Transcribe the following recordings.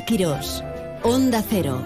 Quirós, Onda Cero.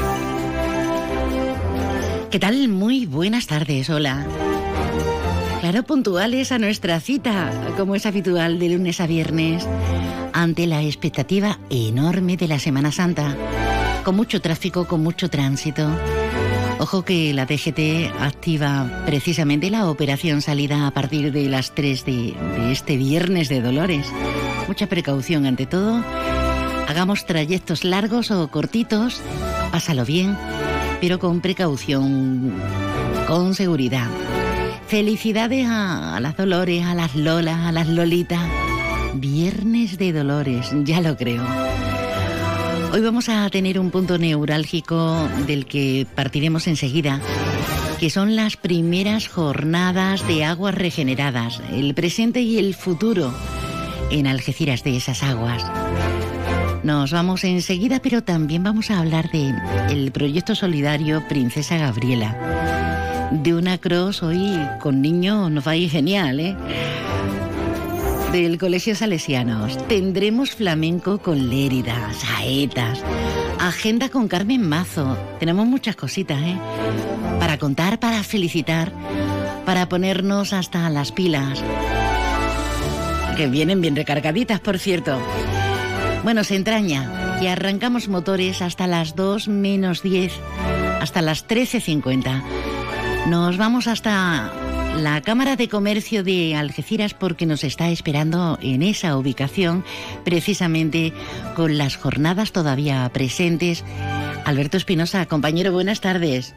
¿Qué tal? Muy buenas tardes, hola. Claro, puntuales a nuestra cita, como es habitual de lunes a viernes, ante la expectativa enorme de la Semana Santa, con mucho tráfico, con mucho tránsito. Ojo que la DGT activa precisamente la operación salida a partir de las 3 de este viernes de Dolores. Mucha precaución ante todo. Hagamos trayectos largos o cortitos, pásalo bien, pero con precaución, con seguridad. Felicidades a las Dolores, a las Lolas, a las Lolitas. Viernes de Dolores, ya lo creo. Hoy vamos a tener un punto neurálgico del que partiremos enseguida, que son las primeras jornadas de aguas regeneradas, el presente y el futuro en Algeciras de esas aguas. Nos vamos enseguida, pero también vamos a hablar del proyecto solidario Princesa Gabriela. De una cross hoy con niños nos va a ir genial, ¿eh? Del Colegio Salesianos. Tendremos flamenco con Lérida, saetas, agenda con Carmen Mazo. Tenemos muchas cositas, ¿eh? Para contar, para felicitar, para ponernos hasta las pilas. Que vienen bien recargaditas, por cierto. Bueno, se entraña y arrancamos motores hasta las 2 menos 10, hasta las 13:50. Nos vamos hasta la Cámara de Comercio de Algeciras porque nos está esperando en esa ubicación, precisamente con las jornadas todavía presentes. Alberto Espinosa, compañero, buenas tardes.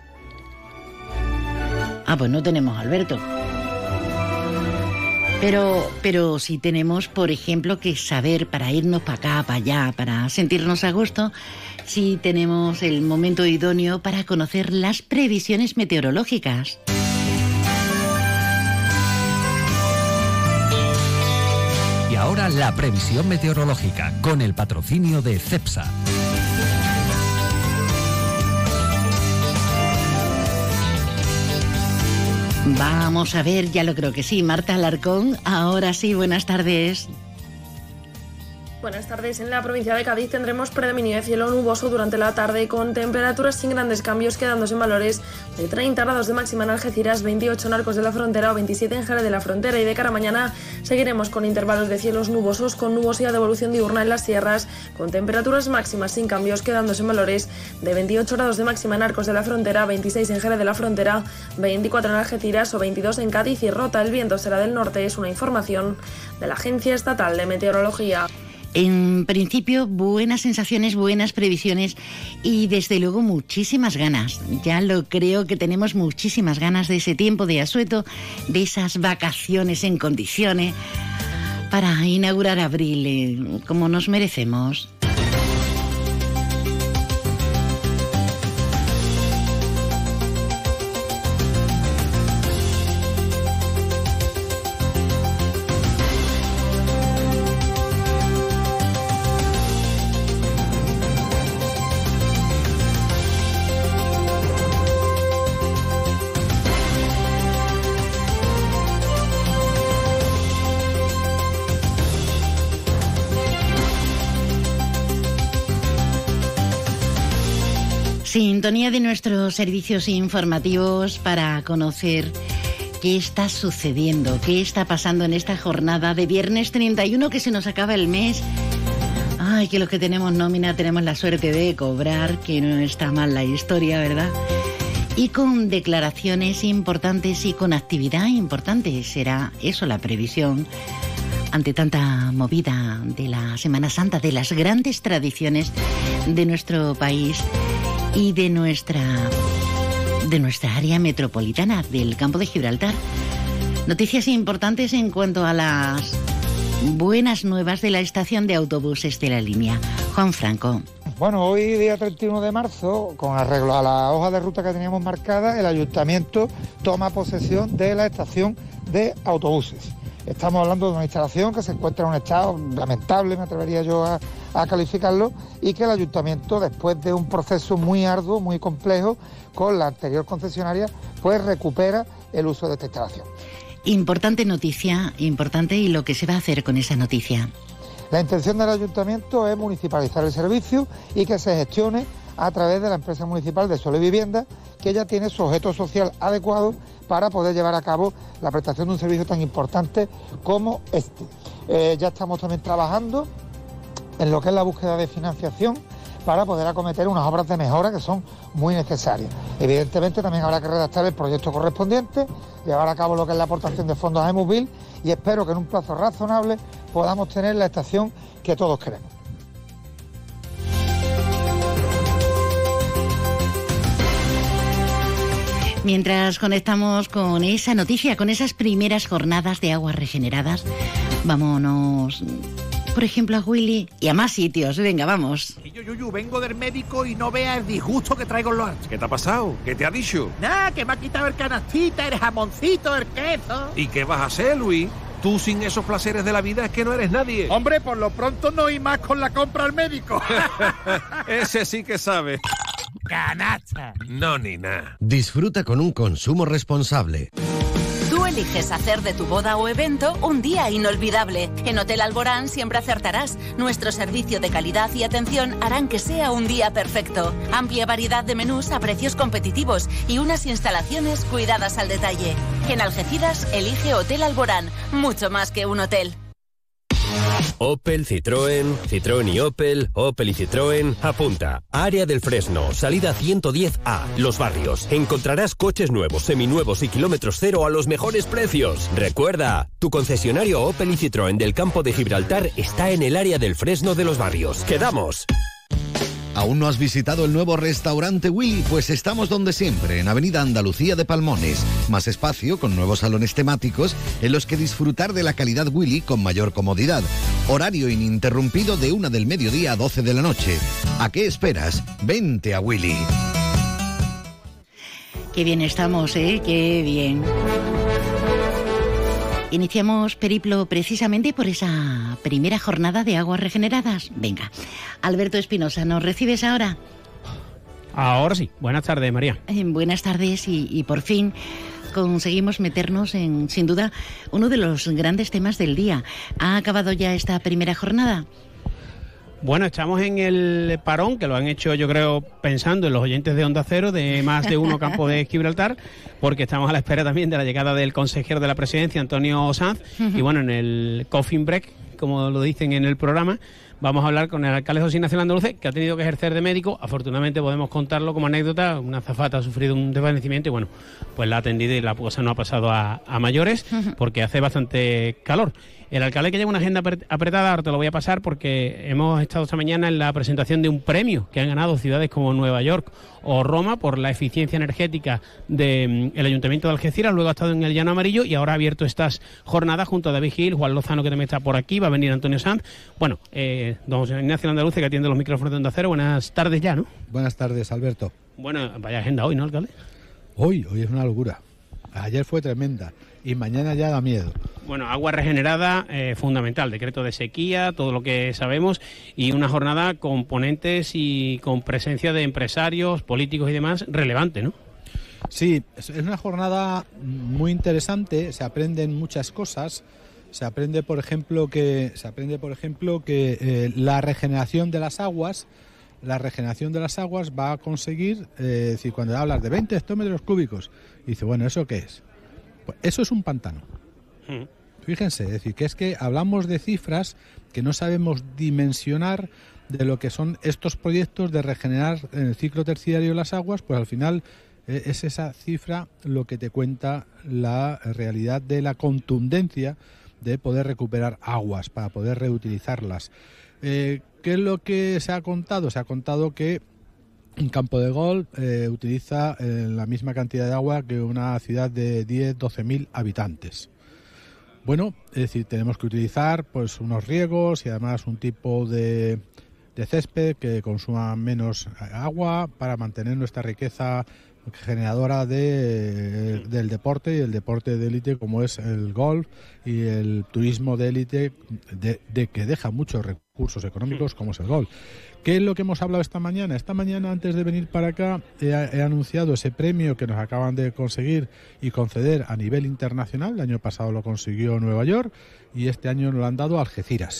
Pues no tenemos a Alberto. Pero sí tenemos, por ejemplo, que saber para irnos para acá, para allá, para sentirnos a gusto, sí tenemos el momento idóneo para conocer las previsiones meteorológicas. Y ahora la previsión meteorológica con el patrocinio de Cepsa. Vamos a ver, ya lo creo que sí. Marta Alarcón, ahora sí, buenas tardes. Buenas tardes. En la provincia de Cádiz tendremos predominio de cielo nuboso durante la tarde con temperaturas sin grandes cambios, quedándose en valores de 30 grados de máxima en Algeciras, 28 en Arcos de la Frontera o 27 en Jerez de la Frontera. Y de cara a mañana seguiremos con intervalos de cielos nubosos con nubosidad de evolución diurna en las sierras, con temperaturas máximas sin cambios, quedándose en valores de 28 grados de máxima en Arcos de la Frontera, 26 en Jerez de la Frontera, 24 en Algeciras o 22 en Cádiz y Rota. El viento será del norte, es una información de la Agencia Estatal de Meteorología. En principio, buenas sensaciones, buenas previsiones y desde luego muchísimas ganas. Ya lo creo que tenemos muchísimas ganas de ese tiempo de asueto, de esas vacaciones en condiciones para inaugurar abril como nos merecemos. Sintonía de nuestros servicios informativos para conocer qué está sucediendo, qué está pasando en esta jornada de viernes 31 que se nos acaba el mes. Ay, que los que tenemos nómina tenemos la suerte de cobrar, que no está mal la historia, ¿verdad? Y con declaraciones importantes y con actividad importante. Será eso la previsión ante tanta movida de la Semana Santa, de las grandes tradiciones de nuestro país y de nuestra área metropolitana, del Campo de Gibraltar. Noticias importantes en cuanto a las buenas nuevas de la estación de autobuses de la línea. Juan Franco. Bueno, hoy día 31 de marzo, con arreglo a la hoja de ruta que teníamos marcada, el Ayuntamiento toma posesión de la estación de autobuses. Estamos hablando de una instalación que se encuentra en un estado lamentable, me atrevería yo a calificarlo, y que el Ayuntamiento, después de un proceso muy arduo, muy complejo, con la anterior concesionaria, pues recupera el uso de esta instalación. Importante noticia, importante, y lo que se va a hacer con esa noticia. La intención del ayuntamiento es municipalizar el servicio y que se gestione a través de la empresa municipal de suelo y vivienda, que ya tiene su objeto social adecuado para poder llevar a cabo la prestación de un servicio tan importante como este. Ya estamos también trabajando en lo que es la búsqueda de financiación para poder acometer unas obras de mejora que son muy necesarias. Evidentemente también habrá que redactar el proyecto correspondiente, llevar a cabo lo que es la aportación de fondos a Emovil y espero que en un plazo razonable podamos tener la estación que todos queremos. Mientras conectamos con esa noticia, con esas primeras jornadas de aguas regeneradas, vámonos, por ejemplo, a Willy y a más sitios. Venga, vamos. Yo vengo del médico y no veas el disgusto que traigo en los anchos. ¿Qué te ha pasado? ¿Qué te ha dicho? Nada, que me ha quitado el canastita, el jamoncito, el queso. ¿Y qué vas a hacer, Luis? Tú sin esos placeres de la vida es que no eres nadie. Hombre, por lo pronto no hay más con la compra al médico. Ese sí que sabe. ¡Canasta! No, ni nada. Disfruta con un consumo responsable. Tú eliges hacer de tu boda o evento un día inolvidable. En Hotel Alborán siempre acertarás. Nuestro servicio de calidad y atención harán que sea un día perfecto. Amplia variedad de menús a precios competitivos y unas instalaciones cuidadas al detalle. En Algeciras, elige Hotel Alborán, mucho más que un hotel. Opel, Citroën, Citroën y Opel, Opel y Citroën. Apunta. Área del Fresno, salida 110A, Los Barrios. Encontrarás coches nuevos, seminuevos y kilómetros cero a los mejores precios. Recuerda, tu concesionario Opel y Citroën del campo de Gibraltar está en el área del Fresno de Los Barrios. ¡Quedamos! ¿Aún no has visitado el nuevo restaurante Willy? Pues estamos donde siempre, en Avenida Andalucía de Palmones. Más espacio, con nuevos salones temáticos, en los que disfrutar de la calidad Willy con mayor comodidad. Horario ininterrumpido de 1 del mediodía a 12 de la noche. ¿A qué esperas? Vente a Willy. Qué bien estamos, ¿eh? Qué bien. Iniciamos periplo precisamente por esa primera jornada de aguas regeneradas. Venga, Alberto Espinosa, ¿nos recibes ahora? Ahora sí. Buenas tardes, María. Buenas tardes y por fin conseguimos meternos en, sin duda, uno de los grandes temas del día. ¿Ha acabado ya esta primera jornada? Bueno, estamos en el parón, que lo han hecho, yo creo, pensando en los oyentes de Onda Cero, de más de uno campo de Gibraltar, porque estamos a la espera también de la llegada del consejero de la presidencia, Antonio Sanz, y bueno, en el coffin break, como lo dicen en el programa, vamos a hablar con el alcalde José Ignacio Landaluce, que ha tenido que ejercer de médico. Afortunadamente podemos contarlo como anécdota. Una azafata ha sufrido un desvanecimiento y bueno, pues la ha atendido y la cosa no ha pasado a mayores, porque hace bastante calor. El alcalde, que lleva una agenda apretada, ahora te lo voy a pasar porque hemos estado esta mañana en la presentación de un premio que han ganado ciudades como Nueva York o Roma por la eficiencia energética del Ayuntamiento de Algeciras. Luego ha estado en el Llano Amarillo y ahora ha abierto estas jornadas junto a David Gil, Juan Lozano, que también está por aquí, va a venir Antonio Sanz. Bueno, don José Ignacio Landaluce, que atiende los micrófonos de Onda Cero. Buenas tardes ya, ¿no? Buenas tardes, Alberto. Bueno, vaya agenda hoy, ¿no, alcalde? Hoy es una locura. Ayer fue tremenda y mañana ya da miedo. Bueno, agua regenerada, fundamental, decreto de sequía, todo lo que sabemos, y una jornada con ponentes y con presencia de empresarios, políticos y demás, relevante, ¿no? Sí, es una jornada muy interesante, se aprenden muchas cosas. Se aprende, por ejemplo, que la regeneración de las aguas va a conseguir, es decir, cuando hablas de 20 hectómetros cúbicos, dice, bueno, ¿eso qué es? Pues eso es un pantano. Fíjense, es decir, que es que hablamos de cifras que no sabemos dimensionar de lo que son estos proyectos de regenerar en el ciclo terciario las aguas, pues al final es esa cifra lo que te cuenta la realidad de la contundencia de poder recuperar aguas para poder reutilizarlas. ¿Qué es lo que se ha contado? Se ha contado que un campo de golf utiliza la misma cantidad de agua que una ciudad de 12.000 habitantes. Bueno, es decir, tenemos que utilizar pues unos riegos y además un tipo de césped que consuma menos agua para mantener nuestra riqueza generadora del deporte y el deporte de élite como es el golf y el turismo de élite de que deja muchos recursos económicos como es el golf. ¿Qué es lo que hemos hablado esta mañana? Esta mañana, antes de venir para acá, he anunciado ese premio que nos acaban de conseguir y conceder a nivel internacional. El año pasado lo consiguió Nueva York y este año nos lo han dado a Algeciras.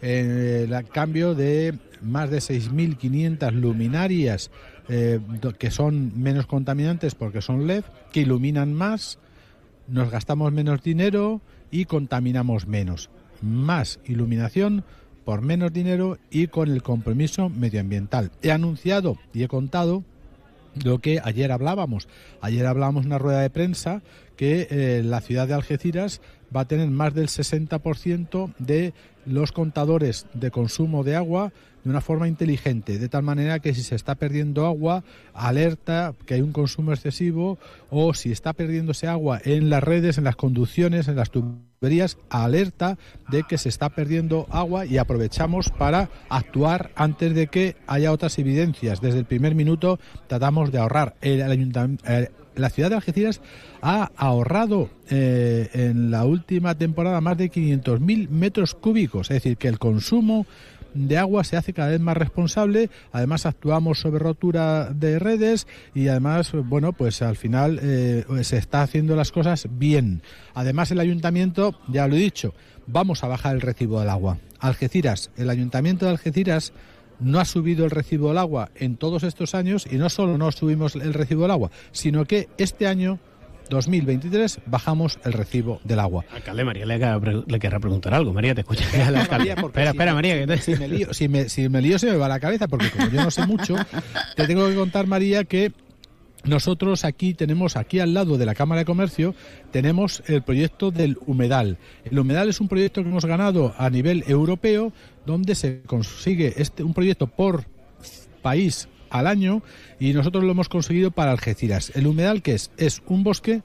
el cambio de más de 6.500 luminarias que son menos contaminantes porque son LED, que iluminan más, nos gastamos menos dinero y contaminamos menos. Más iluminación por menos dinero y con el compromiso medioambiental. He anunciado y he contado lo que ayer hablábamos. Ayer hablábamos en una rueda de prensa que la ciudad de Algeciras va a tener más del 60% de los contadores de consumo de agua de una forma inteligente, de tal manera que si se está perdiendo agua, alerta que hay un consumo excesivo, o si está perdiéndose agua en las redes, en las conducciones, en las tuberías, alerta de que se está perdiendo agua y aprovechamos para actuar antes de que haya otras evidencias. Desde el primer minuto tratamos de ahorrar. La ciudad de Algeciras ha ahorrado en la última temporada más de 500.000 metros cúbicos, es decir, que el consumo de agua se hace cada vez más responsable. Además actuamos sobre rotura de redes y además, bueno, pues al final se está haciendo las cosas bien. Además el ayuntamiento, ya lo he dicho, vamos a bajar el recibo del agua. Algeciras, el ayuntamiento de Algeciras no ha subido el recibo del agua en todos estos años, y no solo no subimos el recibo del agua, sino que este año 2023 bajamos el recibo del agua. Alcalde, María le querrá preguntar algo. María, te escucha. Espera, María. Que si me lío se me va la cabeza, porque como yo no sé mucho, te tengo que contar, María, que nosotros tenemos aquí al lado de la Cámara de Comercio, tenemos el proyecto del humedal. El humedal es un proyecto que hemos ganado a nivel europeo, donde se consigue un proyecto por país al año, y nosotros lo hemos conseguido para Algeciras. El humedal, ¿qué es? Es un bosque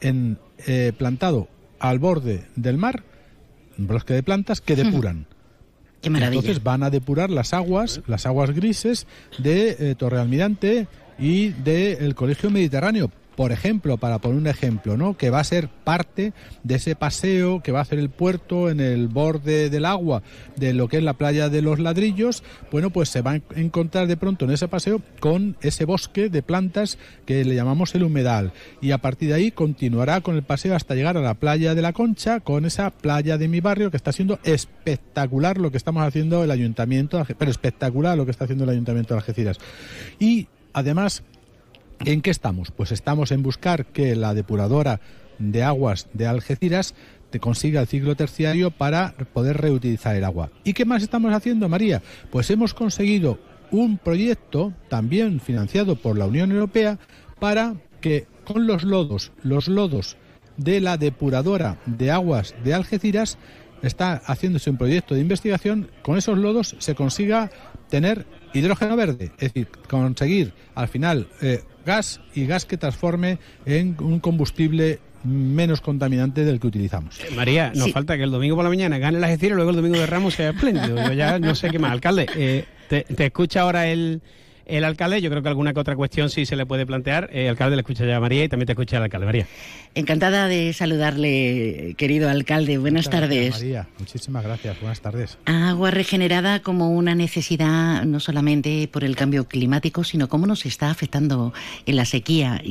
plantado al borde del mar, un bosque de plantas que depuran. ¡Qué maravilla! Entonces van a depurar las aguas grises de Torrealmirante y del Colegio Mediterráneo, por ejemplo, para poner un ejemplo, ¿no? Que va a ser parte de ese paseo que va a hacer el puerto en el borde del agua de lo que es la playa de los Ladrillos. Bueno, pues se va a encontrar de pronto en ese paseo con ese bosque de plantas que le llamamos el humedal, y a partir de ahí continuará con el paseo hasta llegar a la playa de la Concha, con esa playa de mi barrio, que está siendo espectacular lo que estamos haciendo el ayuntamiento, pero espectacular lo que está haciendo el ayuntamiento de Algeciras. Y además, ¿en qué estamos? Pues estamos en buscar que la depuradora de aguas de Algeciras te consiga el ciclo terciario para poder reutilizar el agua. ¿Y qué más estamos haciendo, María? Pues hemos conseguido un proyecto también financiado por la Unión Europea para que con los lodos de la depuradora de aguas de Algeciras, está haciéndose un proyecto de investigación, con esos lodos se consiga tener hidrógeno verde, es decir, conseguir al final gas que transforme en un combustible menos contaminante del que utilizamos. María, nos falta que el domingo por la mañana gane el Algeciras y luego el domingo de Ramos sea espléndido. Yo ya no sé qué más. Alcalde, te escucha ahora el alcalde. Yo creo que alguna que otra cuestión sí se le puede plantear. Alcalde, le escucha ya a María y también te escucha el alcalde. María. Encantada de saludarle, querido alcalde. Buenas tardes. María, muchísimas gracias. Buenas tardes. Agua regenerada como una necesidad, no solamente por el cambio climático, sino cómo nos está afectando en la sequía,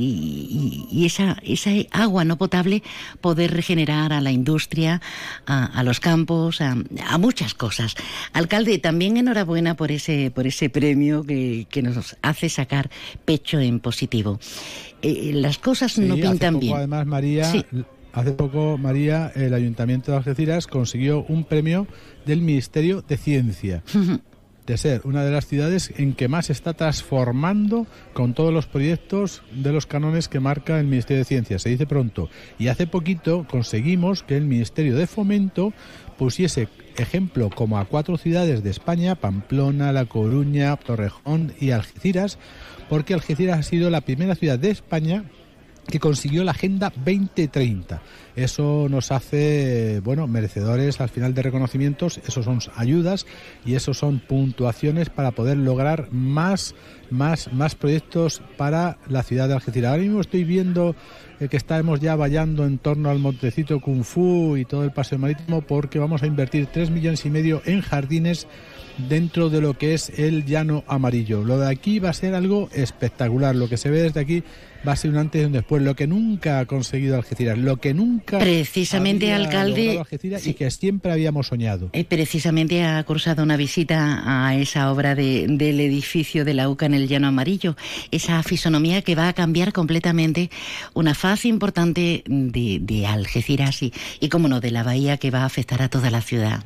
y esa agua no potable, poder regenerar a la industria, a los campos, a muchas cosas. Alcalde, también enhorabuena por ese premio que nos hace sacar pecho en positivo. Las cosas no pintan bien. Además, María, hace poco, María, el Ayuntamiento de Algeciras consiguió un premio del Ministerio de Ciencia, de ser una de las ciudades en que más se está transformando con todos los proyectos de los cánones que marca el Ministerio de Ciencia. Se dice pronto. Y hace poquito conseguimos que el Ministerio de Fomento pusiese ejemplo como a 4 ciudades de España: Pamplona, La Coruña, Torrejón y Algeciras, porque Algeciras ha sido la primera ciudad de España que consiguió la Agenda 2030. Eso nos hace, merecedores al final de reconocimientos. Esos son ayudas y esos son puntuaciones para poder lograr más proyectos para la ciudad de Algeciras. Ahora mismo estoy viendo que estamos ya vallando en torno al Montecito Kung Fu y todo el paseo marítimo, porque vamos a invertir 3,5 millones en jardines dentro de lo que es el Llano Amarillo. Lo de aquí va a ser algo espectacular, lo que se ve desde aquí va a ser un antes y un después, lo que nunca ha conseguido Algeciras, lo que nunca precisamente había alcalde Algeciras, sí, y que siempre habíamos soñado. Precisamente ha cursado una visita a esa obra del edificio de la UCA en el Llano Amarillo, esa fisonomía que va a cambiar completamente una faz importante de Algeciras y cómo no, de la bahía, que va a afectar a toda la ciudad.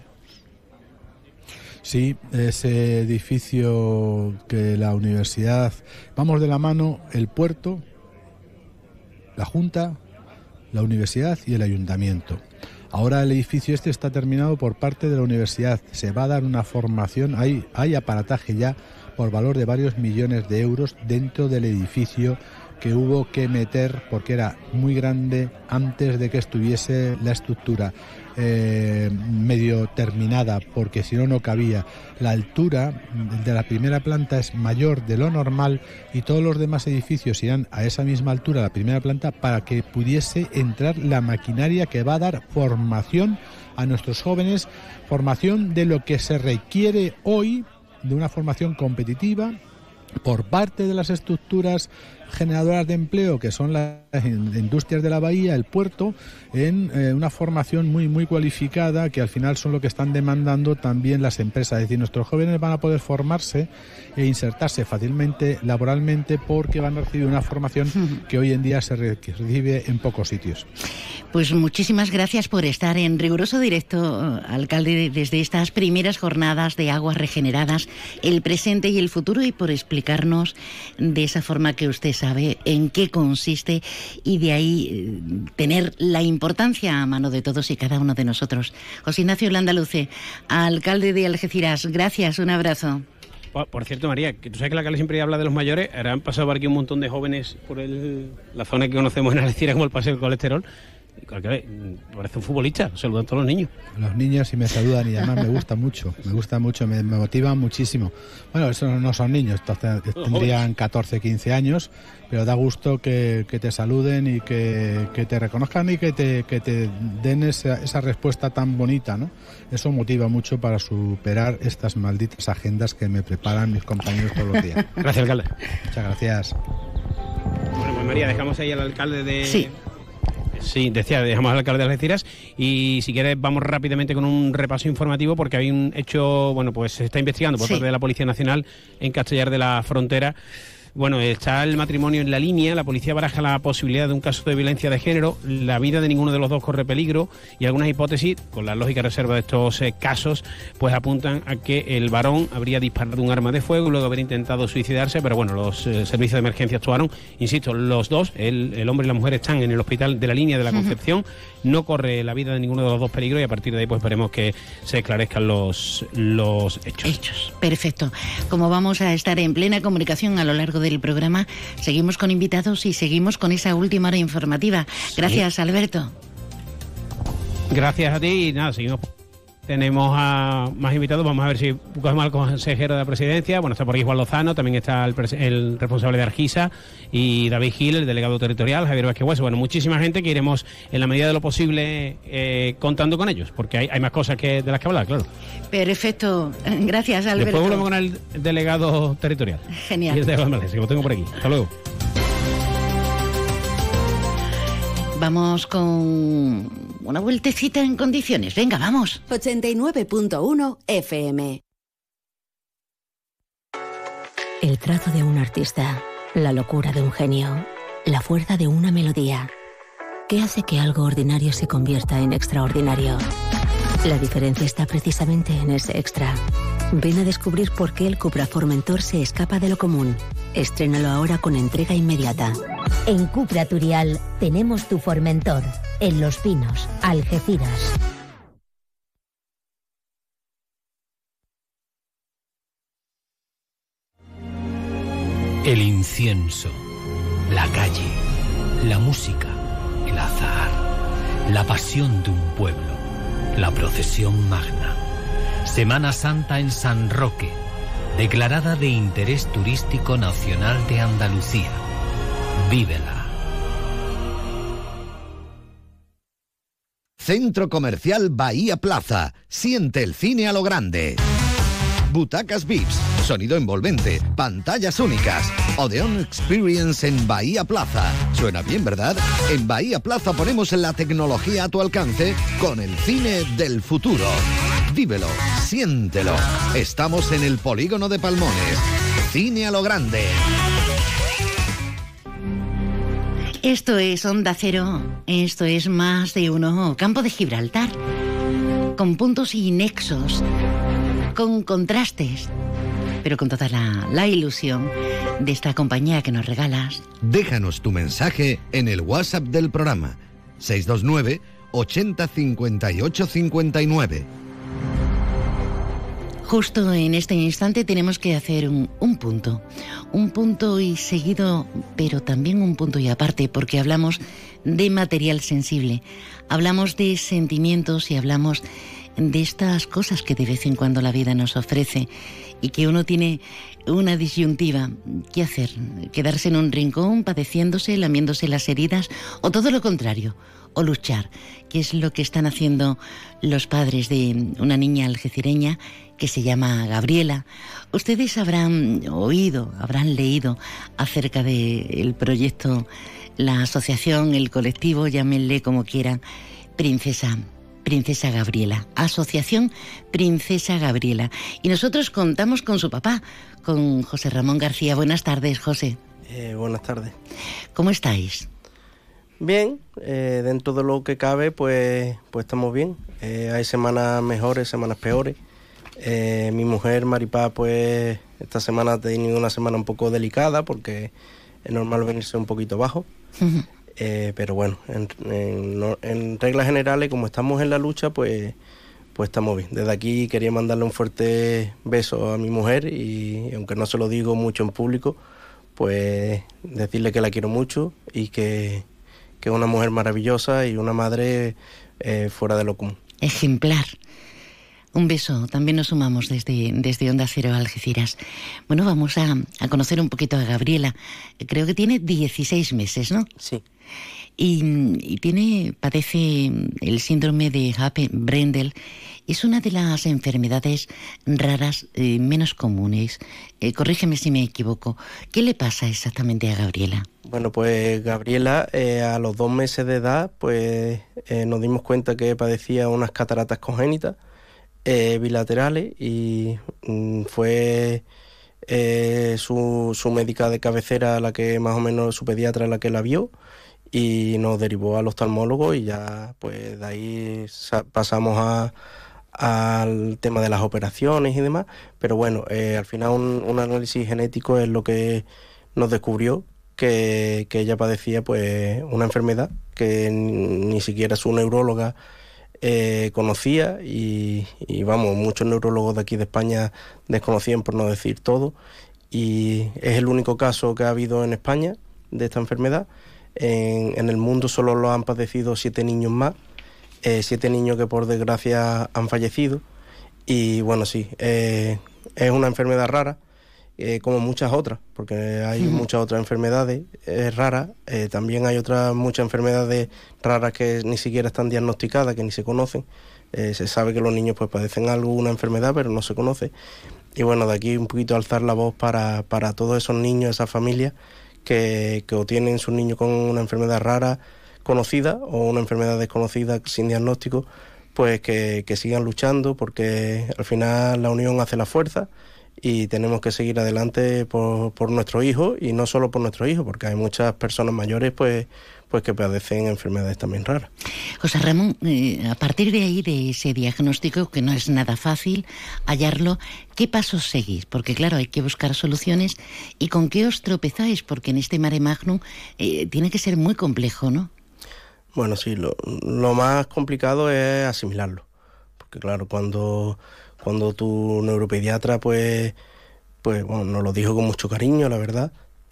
Sí, ese edificio que la universidad, vamos de la mano, el puerto, la Junta, la universidad y el ayuntamiento. Ahora el edificio este está terminado por parte de la universidad. Se va a dar una formación, hay aparataje ya por valor de varios millones de euros dentro del edificio, que hubo que meter porque era muy grande antes de que estuviese la estructura medio terminada, porque si no, no cabía. La altura de la primera planta es mayor de lo normal y todos los demás edificios irán a esa misma altura, la primera planta, para que pudiese entrar la maquinaria que va a dar formación a nuestros jóvenes, formación de lo que se requiere hoy, de una formación competitiva por parte de las estructuras generadoras de empleo, que son las industrias de la bahía, el puerto, en una formación muy muy cualificada, que al final son lo que están demandando también las empresas. Es decir, nuestros jóvenes van a poder formarse e insertarse fácilmente laboralmente, porque van a recibir una formación que hoy en día se recibe en pocos sitios. Pues muchísimas gracias por estar en riguroso directo, alcalde, desde estas primeras jornadas de aguas regeneradas, el presente y el futuro, y por explicarnos de esa forma que usted sabe en qué consiste, y de ahí tener la importancia a mano de todos y cada uno de nosotros. José Ignacio Landaluce, alcalde de Algeciras, gracias, un abrazo. Por cierto, María, que tú sabes que la alcalde siempre habla de los mayores. Ahora han pasado por aquí un montón de jóvenes por la zona que conocemos en Algeciras como el Paseo del Colesterol. Parece un futbolista, saludan todos los niños. Los niños sí me saludan, y además me gusta mucho, me motivan muchísimo. Bueno, esos no son niños, tendrían 14, 15 años, pero da gusto que te saluden y que te reconozcan y que te den esa respuesta tan bonita, ¿no? Eso motiva mucho para superar estas malditas agendas que me preparan mis compañeros todos los días. Gracias, alcalde. Muchas gracias. Bueno, pues María, dejamos ahí al alcalde de... Sí. Sí, dejamos al alcalde de Algeciras, y si quieres vamos rápidamente con un repaso informativo, porque hay un hecho, bueno, pues se está investigando por parte de la Policía Nacional en Castellar de la Frontera. Bueno, está el matrimonio en la línea, la policía baraja la posibilidad de un caso de violencia de género, la vida de ninguno de los dos corre peligro, y algunas hipótesis, con la lógica reserva de estos casos, pues apuntan a que el varón habría disparado un arma de fuego, luego haber intentado suicidarse, pero bueno, los servicios de emergencia actuaron. Insisto, los dos, el hombre y la mujer, están en el hospital de la línea de la Concepción, no corre la vida de ninguno de los dos peligro, y a partir de ahí pues esperemos que se esclarezcan los hechos. Perfecto. Como vamos a estar en plena comunicación a lo largo del programa, seguimos con invitados y seguimos con esa última hora informativa. Gracias, Alberto. Gracias a ti, y nada, seguimos. Tenemos a más invitados, vamos a ver si cogemos al consejero de la presidencia. Bueno, está por ahí Juan Lozano, también está el responsable de Argisa, y David Gil, el delegado territorial, Javier Vázquez Hueso. Bueno, muchísima gente que iremos en la medida de lo posible contando con ellos, porque hay más cosas de las que hablar, claro. Perfecto, gracias, Alberto. Después volvemos con el delegado territorial. Genial. Y el delegado de Malaysia, que lo tengo por aquí. Hasta luego. Vamos con una vueltecita en condiciones. Venga, vamos. 89.1 FM. El trazo de un artista, la locura de un genio, la fuerza de una melodía. ¿Qué hace que algo ordinario se convierta en extraordinario? La diferencia está precisamente en ese extra. Ven a descubrir por qué el Cupra Formentor se escapa de lo común. Estrénalo ahora con entrega inmediata. En Cupra Turial tenemos tu Formentor, en Los Pinos, Algeciras. El incienso, la calle, la música, el azahar, la pasión de un pueblo, la procesión magna. Semana Santa en San Roque, declarada de interés turístico nacional de Andalucía. Vívela. Centro Comercial Bahía Plaza. Siente el cine a lo grande. Butacas VIPs, sonido envolvente, pantallas únicas. Odeon Experience en Bahía Plaza. Suena bien, ¿verdad? En Bahía Plaza ponemos la tecnología a tu alcance con el cine del futuro. Vívelo, siéntelo. Estamos en el Polígono de Palmones. Cine a lo grande. Esto es Onda Cero. Esto es Más de Uno. Campo de Gibraltar. Con puntos y nexos. Con contrastes, pero con toda la ilusión de esta compañía que nos regalas. Déjanos tu mensaje en el WhatsApp del programa 629 80 58 59. Justo en este instante tenemos que hacer un punto y seguido, pero también un punto y aparte, porque hablamos de material sensible, hablamos de sentimientos y hablamos de estas cosas que de vez en cuando la vida nos ofrece y que uno tiene una disyuntiva. ¿Qué hacer? ¿Quedarse en un rincón padeciéndose, lamiéndose las heridas? ¿O todo lo contrario? ¿O luchar? ¿Qué es lo que están haciendo los padres de una niña algecireña que se llama Gabriela? Ustedes habrán oído, habrán leído acerca del proyecto, la asociación, el colectivo, llámenle como quieran, Princesa Gabriela, Asociación Princesa Gabriela. Y nosotros contamos con su papá, con José Ramón García. Buenas tardes, José. Buenas tardes. ¿Cómo estáis? Bien, dentro de lo que cabe, pues estamos bien. Hay semanas mejores, semanas peores. Mi mujer, Maripá, pues esta semana ha tenido una semana un poco delicada porque es normal venirse un poquito bajo. Pero bueno, en reglas generales, como estamos en la lucha, pues estamos bien. Desde aquí quería mandarle un fuerte beso a mi mujer y aunque no se lo digo mucho en público, pues decirle que la quiero mucho y que es una mujer maravillosa y una madre fuera de lo común. Ejemplar. Un beso, también nos sumamos desde Onda Cero Algeciras. Bueno, vamos a conocer un poquito a Gabriela. Creo que tiene 16 meses, ¿no? Sí. Y padece el síndrome de Happe-Brendel. Es una de las enfermedades raras menos comunes. Corrígeme si me equivoco. ¿Qué le pasa exactamente a Gabriela? Bueno, pues Gabriela a los 2 meses de edad pues nos dimos cuenta que padecía unas cataratas congénitas bilaterales y fue su médica de cabecera, la que más o menos su pediatra, la que la vio y nos derivó al oftalmólogo y ya pues de ahí pasamos al tema de las operaciones y demás, pero bueno, al final un análisis genético es lo que nos descubrió que ella padecía pues una enfermedad que ni siquiera su neuróloga conocía y vamos, muchos neurólogos de aquí de España desconocían, por no decir todo, y es el único caso que ha habido en España de esta enfermedad. En el mundo solo lo han padecido 7 niños más, 7 niños que por desgracia han fallecido y bueno, sí, es una enfermedad rara, como muchas otras, porque hay muchas otras enfermedades raras, también hay muchas enfermedades raras que ni siquiera están diagnosticadas, que ni se conocen. Se sabe que los niños pues padecen alguna enfermedad, pero no se conoce. Y bueno, de aquí un poquito alzar la voz para todos esos niños, esas familias que o tienen sus niños con una enfermedad rara conocida o una enfermedad desconocida sin diagnóstico, pues que sigan luchando, porque al final la unión hace la fuerza. Y tenemos que seguir adelante por nuestros hijos, y no solo por nuestros hijos, porque hay muchas personas mayores pues que padecen enfermedades también raras. José Ramón, a partir de ahí, de ese diagnóstico, que no es nada fácil hallarlo, ¿qué pasos seguís? Porque claro, hay que buscar soluciones. ¿Y con qué os tropezáis? Porque en este mare magnum tiene que ser muy complejo, ¿no? Bueno, sí, lo más complicado es asimilarlo. Porque claro, cuando tu neuropediatra pues bueno, nos lo dijo con mucho cariño, la verdad,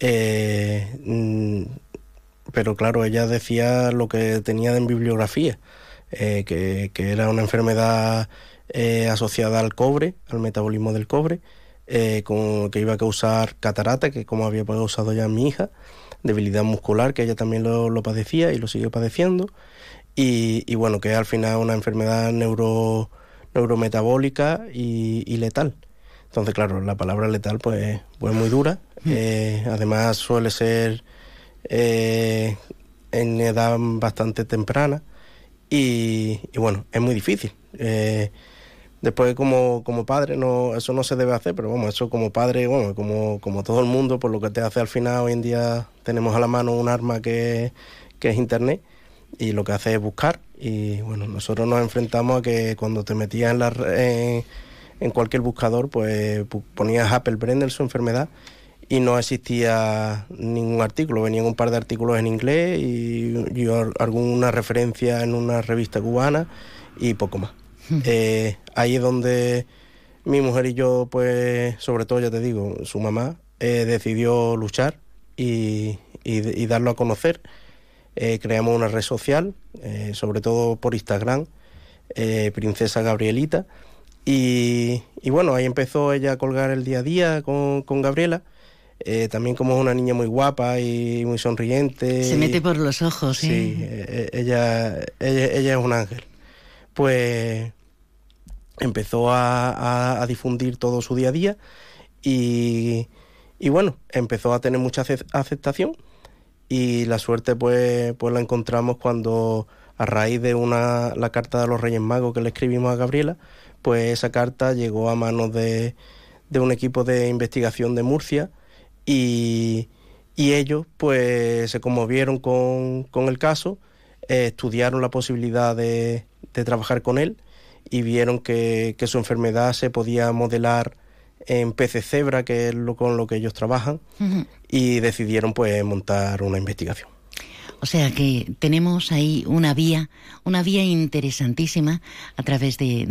pero claro, ella decía lo que tenía en bibliografía, que era una enfermedad asociada al cobre, al metabolismo del cobre, que iba a causar catarata, que como había causado ya mi hija, debilidad muscular, que ella también lo padecía y lo sigue padeciendo, y bueno, que es al final una enfermedad neurometabólica y letal. Entonces, claro, la palabra letal pues muy dura. Además suele ser en edad bastante temprana y bueno, es muy difícil. Después como padre, eso no se debe hacer, pero vamos, eso como padre, bueno, como todo el mundo, por lo que te hace al final, hoy en día tenemos a la mano un arma que es internet, y lo que hace es buscar. Y bueno, nosotros nos enfrentamos a que cuando te metías en cualquier buscador, pues ponías Apple Brenner, su enfermedad, y no existía ningún artículo. Venían un par de artículos en inglés y alguna referencia en una revista cubana y poco más. Ahí es donde mi mujer y yo, pues sobre todo, ya te digo, su mamá decidió luchar y darlo a conocer. Creamos una red social, sobre todo por Instagram, Princesa Gabrielita, y bueno, ahí empezó ella a colgar el día a día con Gabriela. También, como es una niña muy guapa y muy sonriente, se mete por los ojos. Sí, ella es un ángel. Pues empezó a difundir todo su día a día y bueno, empezó a tener mucha aceptación, y la suerte pues la encontramos cuando, a raíz de la carta de los Reyes Magos que le escribimos a Gabriela, pues esa carta llegó a manos de un equipo de investigación de Murcia, y ellos pues se conmovieron con el caso, estudiaron la posibilidad de trabajar con él, y vieron que su enfermedad se podía modelar en peces cebra, que es con lo que ellos trabajan, y decidieron pues montar una investigación. O sea que tenemos ahí una vía interesantísima a través de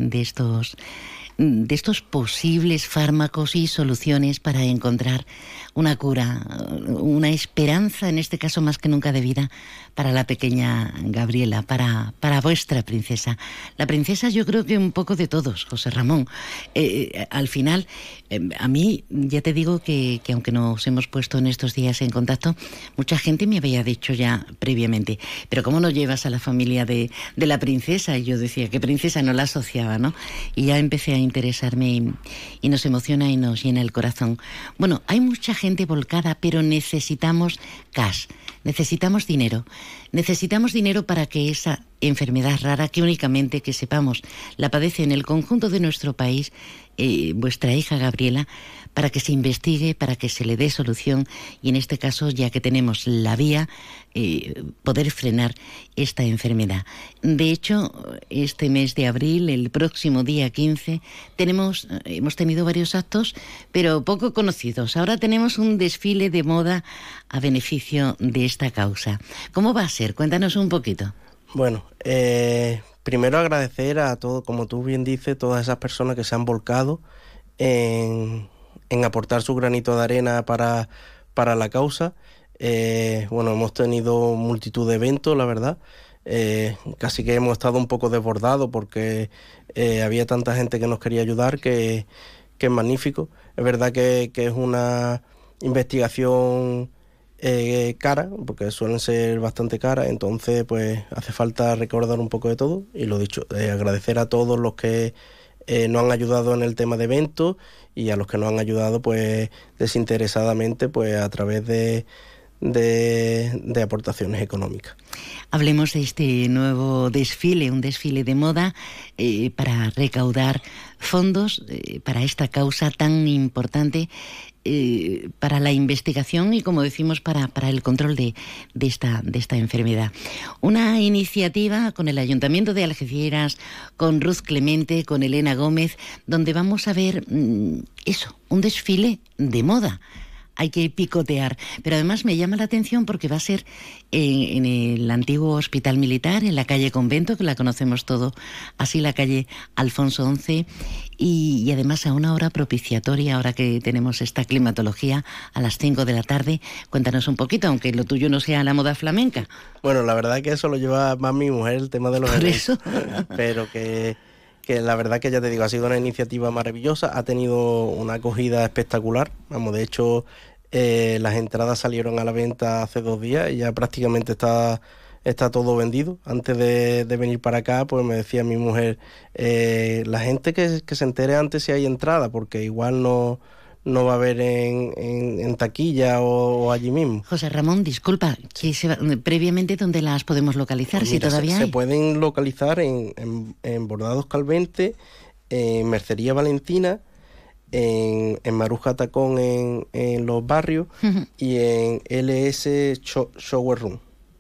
estos posibles fármacos y soluciones para encontrar una cura, una esperanza, en este caso más que nunca de vida, para la pequeña Gabriela, para vuestra princesa. La princesa, yo creo que un poco de todos, José Ramón. Al final, a mí ya te digo que aunque nos hemos puesto en estos días en contacto, mucha gente me había dicho ya previamente, pero ¿cómo no llevas a la familia de la princesa? Y yo decía, ¿qué princesa? No la asociaba, ¿no? Y ya empecé a interesarme y nos emociona y nos llena el corazón. Bueno, hay mucha gente volcada, pero necesitamos cash, necesitamos dinero para que esa enfermedad rara, que únicamente, que sepamos, la padece en el conjunto de nuestro país, vuestra hija Gabriela, para que se investigue, para que se le dé solución, y en este caso, ya que tenemos la vía, poder frenar esta enfermedad. De hecho, este mes de abril, el próximo día 15, hemos tenido varios actos, pero poco conocidos. Ahora tenemos un desfile de moda a beneficio de esta causa. ¿Cómo va a ser? Cuéntanos un poquito. Bueno, primero agradecer a todos, como tú bien dices, todas esas personas que se han volcado en aportar su granito de arena para la causa. Bueno, hemos tenido multitud de eventos, la verdad. Casi que hemos estado un poco desbordados porque había tanta gente que nos quería ayudar, que es magnífico. Es verdad que es una investigación cara, porque suelen ser bastante caras, entonces pues hace falta recordar un poco de todo, y lo dicho, agradecer a todos los que nos han ayudado en el tema de eventos, y a los que nos han ayudado pues desinteresadamente, pues a través de aportaciones económicas. Hablemos de este nuevo desfile, un desfile de moda para recaudar fondos para esta causa tan importante, para la investigación y, como decimos, para el control de esta enfermedad. Una iniciativa con el Ayuntamiento de Algeciras, con Ruth Clemente, con Elena Gómez, donde vamos a ver eso, un desfile de moda. Hay que picotear, pero además me llama la atención porque va a ser en el antiguo Hospital Militar, en la calle Convento, que la conocemos todo así, la calle Alfonso XI, y además a una hora propiciatoria, ahora que tenemos esta climatología, a las 5 de la tarde. Cuéntanos un poquito, aunque lo tuyo no sea la moda flamenca. Bueno, la verdad es que eso lo lleva más mi mujer, el tema de los eventos, pero que la verdad que, ya te digo, ha sido una iniciativa maravillosa, ha tenido una acogida espectacular. Vamos, de hecho, las entradas salieron a la venta hace 2 días y ya prácticamente está está todo vendido. Antes de venir para acá, pues me decía mi mujer, la gente que se entere antes si hay entrada, porque igual no va a haber en taquilla o allí mismo. José Ramón, disculpa, previamente, ¿dónde las podemos localizar? Pues mira, si todavía se pueden localizar en Bordados Calvente, en Mercería Valentina, en Maruja Tacón en Los Barrios, y en LS Shower Room,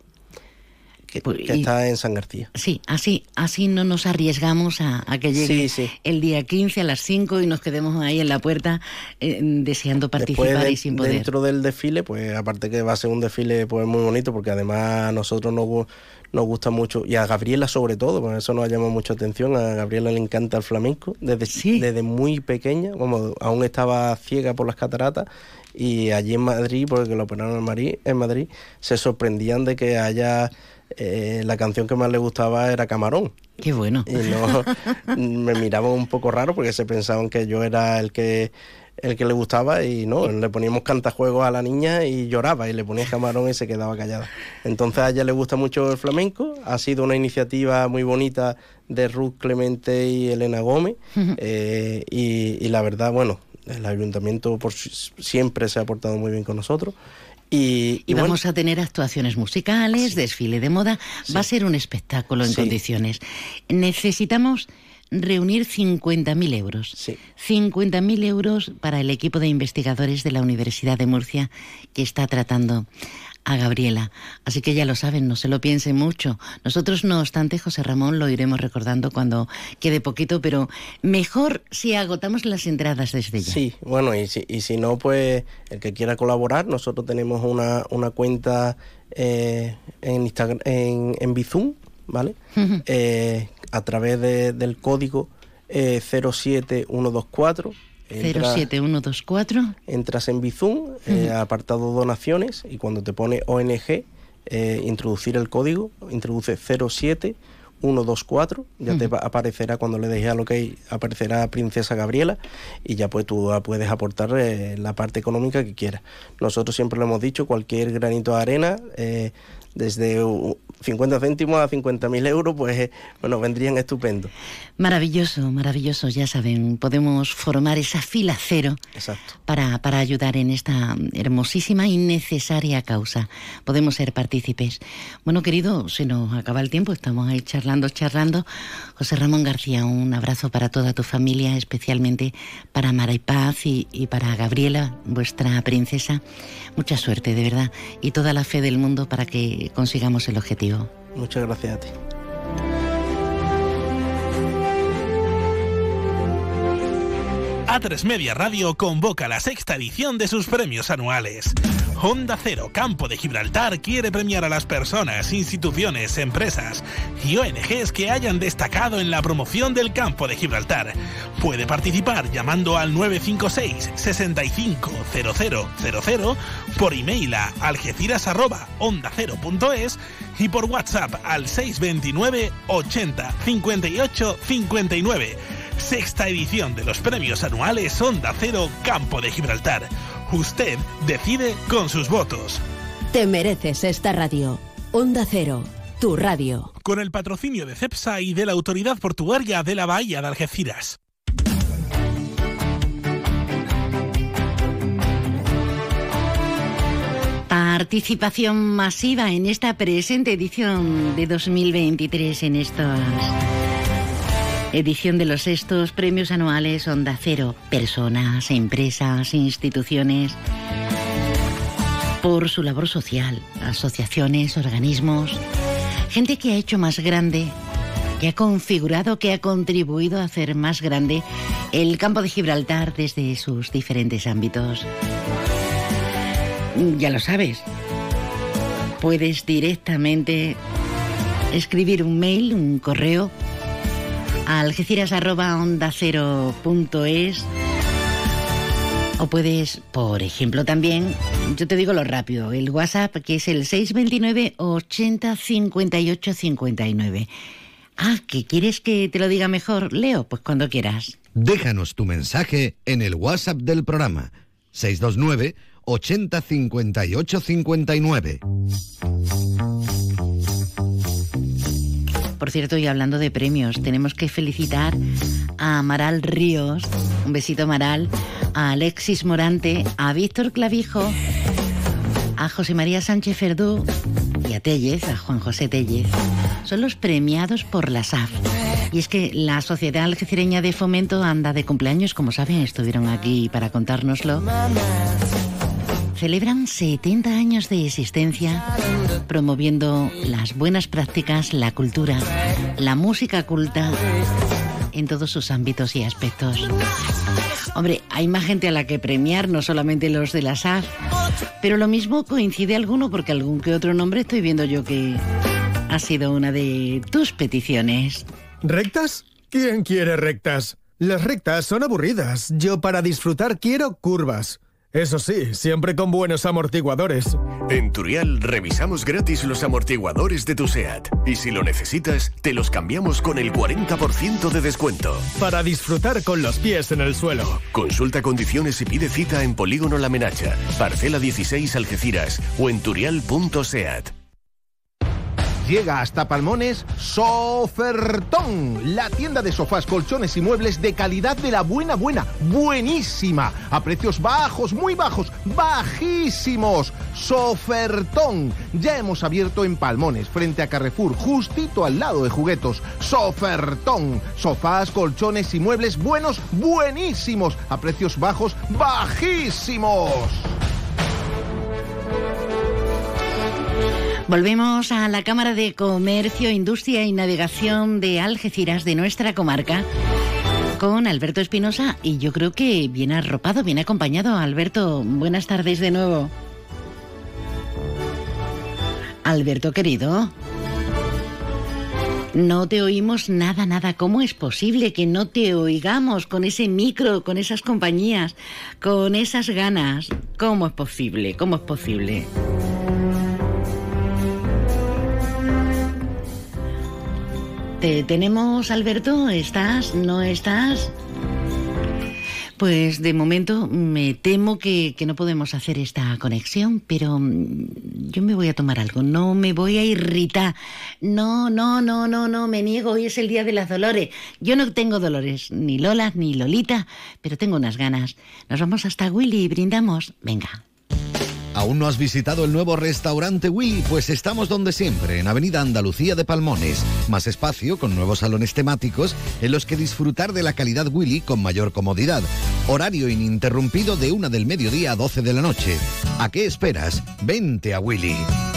que está en San García. Sí, así no nos arriesgamos a que llegue el día 15 a las 5 y nos quedemos ahí en la puerta deseando participar y sin poder. Dentro del desfile, pues aparte que va a ser un desfile pues muy bonito, porque además a nosotros nos gusta mucho, y a Gabriela sobre todo, por eso nos llamado mucha atención. A Gabriela le encanta el flamenco desde muy pequeña, como aún estaba ciega por las cataratas, y allí en Madrid, porque lo operaron en Madrid, se sorprendían de que haya la canción que más le gustaba era Camarón. Qué bueno. Y me miraban un poco raro porque se pensaban que yo era el que le gustaba, y no, le poníamos cantajuegos a la niña y lloraba, y le ponías Camarón y se quedaba callada. Entonces a ella le gusta mucho el flamenco. Ha sido una iniciativa muy bonita de Ruth Clemente y Elena Gómez, y la verdad, bueno, el ayuntamiento siempre se ha portado muy bien con nosotros. Y vamos a tener actuaciones musicales, desfile de moda, va a ser un espectáculo en condiciones. Necesitamos reunir 50.000 euros. 50.000 euros para el equipo de investigadores de la Universidad de Murcia que está tratando a Gabriela. Así que ya lo saben, no se lo piensen mucho. Nosotros, no obstante, José Ramón, lo iremos recordando cuando quede poquito, pero mejor si agotamos las entradas desde ya. Sí, bueno, y si no, pues el que quiera colaborar, nosotros tenemos una cuenta en Instagram, en Bizum, ¿vale? A través del código 07124. 07124. Entras en Bizum, apartado donaciones, y cuando te pone ONG, introducir el código, introduce 07124, ya te aparecerá, cuando le dejes a lo que aparecerá Princesa Gabriela, y ya pues tú puedes aportar la parte económica que quieras. Nosotros siempre lo hemos dicho, cualquier granito de arena, desde 50 céntimos a 50.000 euros, pues bueno, vendrían estupendo. Maravilloso, maravilloso, ya saben, podemos formar esa fila cero. Exacto. Para ayudar en esta hermosísima y necesaria causa. Podemos ser partícipes. Bueno, querido, se nos acaba el tiempo, estamos ahí charlando. José Ramón García, un abrazo para toda tu familia, especialmente para Mara y Paz y para Gabriela, vuestra princesa. Mucha suerte, de verdad, y toda la fe del mundo para que consigamos el objetivo. Muchas gracias a ti. A3 Media Radio convoca la 6ª edición de sus premios anuales. Onda Cero Campo de Gibraltar quiere premiar a las personas, instituciones, empresas y ONGs que hayan destacado en la promoción del Campo de Gibraltar. Puede participar llamando al 956 65 0000, por email a algeciras@ondacero.es y por WhatsApp al 629 80 58 59. 6ª edición de los premios anuales Onda Cero Campo de Gibraltar. Usted decide con sus votos. Te mereces esta radio. Onda Cero, tu radio. Con el patrocinio de CEPSA y de la Autoridad Portuaria de la Bahía de Algeciras. Participación masiva en esta presente edición de 2023 en estos... Edición de los 6 premios anuales Onda Cero. Personas, empresas, instituciones, por su labor social, asociaciones, organismos, gente que ha hecho más grande, que ha configurado, que ha contribuido a hacer más grande el Campo de Gibraltar desde sus diferentes ámbitos. Ya lo sabes, puedes directamente escribir un mail, un correo, a algeciras@ondacero.es, o puedes, por ejemplo, también, yo te digo lo rápido, el WhatsApp, que es el 629 80 58 59. ¿Que quieres que te lo diga mejor, Leo? Pues cuando quieras. Déjanos tu mensaje en el WhatsApp del programa 629 80 58 59. Por cierto, y hablando de premios, tenemos que felicitar a Amaral Ríos, un besito Amaral, a Alexis Morante, a Víctor Clavijo, a José María Sánchez Verdú y a Tellez, a Juan José Tellez. Son los premiados por la SAF. Y es que la Sociedad Algecireña de Fomento anda de cumpleaños, como saben, estuvieron aquí para contárnoslo. Celebran 70 años de existencia, promoviendo las buenas prácticas, la cultura, la música culta, en todos sus ámbitos y aspectos. Hombre, hay más gente a la que premiar, no solamente los de la SAF, pero lo mismo coincide alguno, porque algún que otro nombre estoy viendo yo que ha sido una de tus peticiones. ¿Rectas? ¿Quién quiere rectas? Las rectas son aburridas. Yo para disfrutar quiero curvas. Eso sí, siempre con buenos amortiguadores. En Turial revisamos gratis los amortiguadores de tu SEAT. Y si lo necesitas, te los cambiamos con el 40% de descuento. Para disfrutar con los pies en el suelo. Consulta condiciones y pide cita en Polígono La Menacha, Parcela 16 Algeciras o en turial.seat. Llega hasta Palmones Sofertón, la tienda de sofás, colchones y muebles de calidad de la buenísima, a precios bajos, muy bajos, bajísimos. Sofertón, ya hemos abierto en Palmones, frente a Carrefour, justito al lado de Juguetos. Sofertón, sofás, colchones y muebles buenos, buenísimos, a precios bajos, bajísimos. Volvemos a la Cámara de Comercio, Industria y Navegación de Algeciras, de nuestra comarca, con Alberto Espinosa, y yo creo que viene arropado, viene acompañado. Alberto, buenas tardes de nuevo. Alberto, querido, no te oímos nada. ¿Cómo es posible que no te oigamos con ese micro, con esas compañías, con esas ganas? ¿Cómo es posible? ¿Te tenemos, Alberto? ¿Estás? ¿No estás? Pues de momento me temo que no podemos hacer esta conexión, pero yo me voy a tomar algo, no me voy a irritar. No, me niego, hoy es el día de las Dolores. Yo no tengo dolores, ni Lola, ni Lolita, pero tengo unas ganas. Nos vamos hasta Willy y brindamos. Venga. ¿Aún no has visitado el nuevo restaurante Willy? Pues estamos donde siempre, en Avenida Andalucía de Palmones. Más espacio, con nuevos salones temáticos en los que disfrutar de la calidad Willy con mayor comodidad. Horario ininterrumpido de 1 del mediodía a 12 de la noche. ¿A qué esperas? Vente a Willy.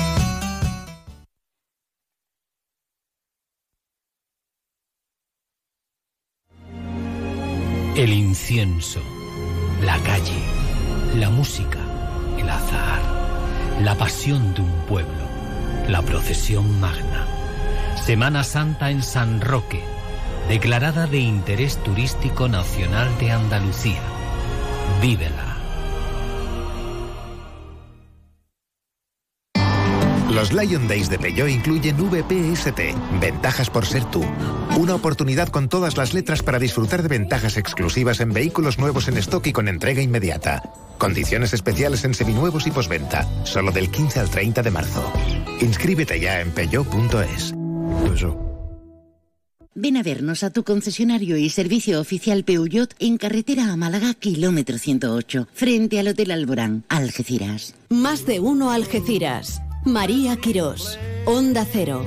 El incienso, la calle, la música, el azahar, la pasión de un pueblo, la procesión magna. Semana Santa en San Roque, declarada de interés turístico nacional de Andalucía. Vívela. Los Lion Days de Peugeot incluyen VPST, ventajas por ser tú. Una oportunidad con todas las letras para disfrutar de ventajas exclusivas en vehículos nuevos en stock y con entrega inmediata. Condiciones especiales en seminuevos y postventa, solo del 15 al 30 de marzo. Inscríbete ya en peugeot.es. Ven a vernos a tu concesionario y servicio oficial Peugeot en carretera a Málaga, kilómetro 108, frente al Hotel Alborán, Algeciras. Más de uno Algeciras. María Quirós, Onda Cero.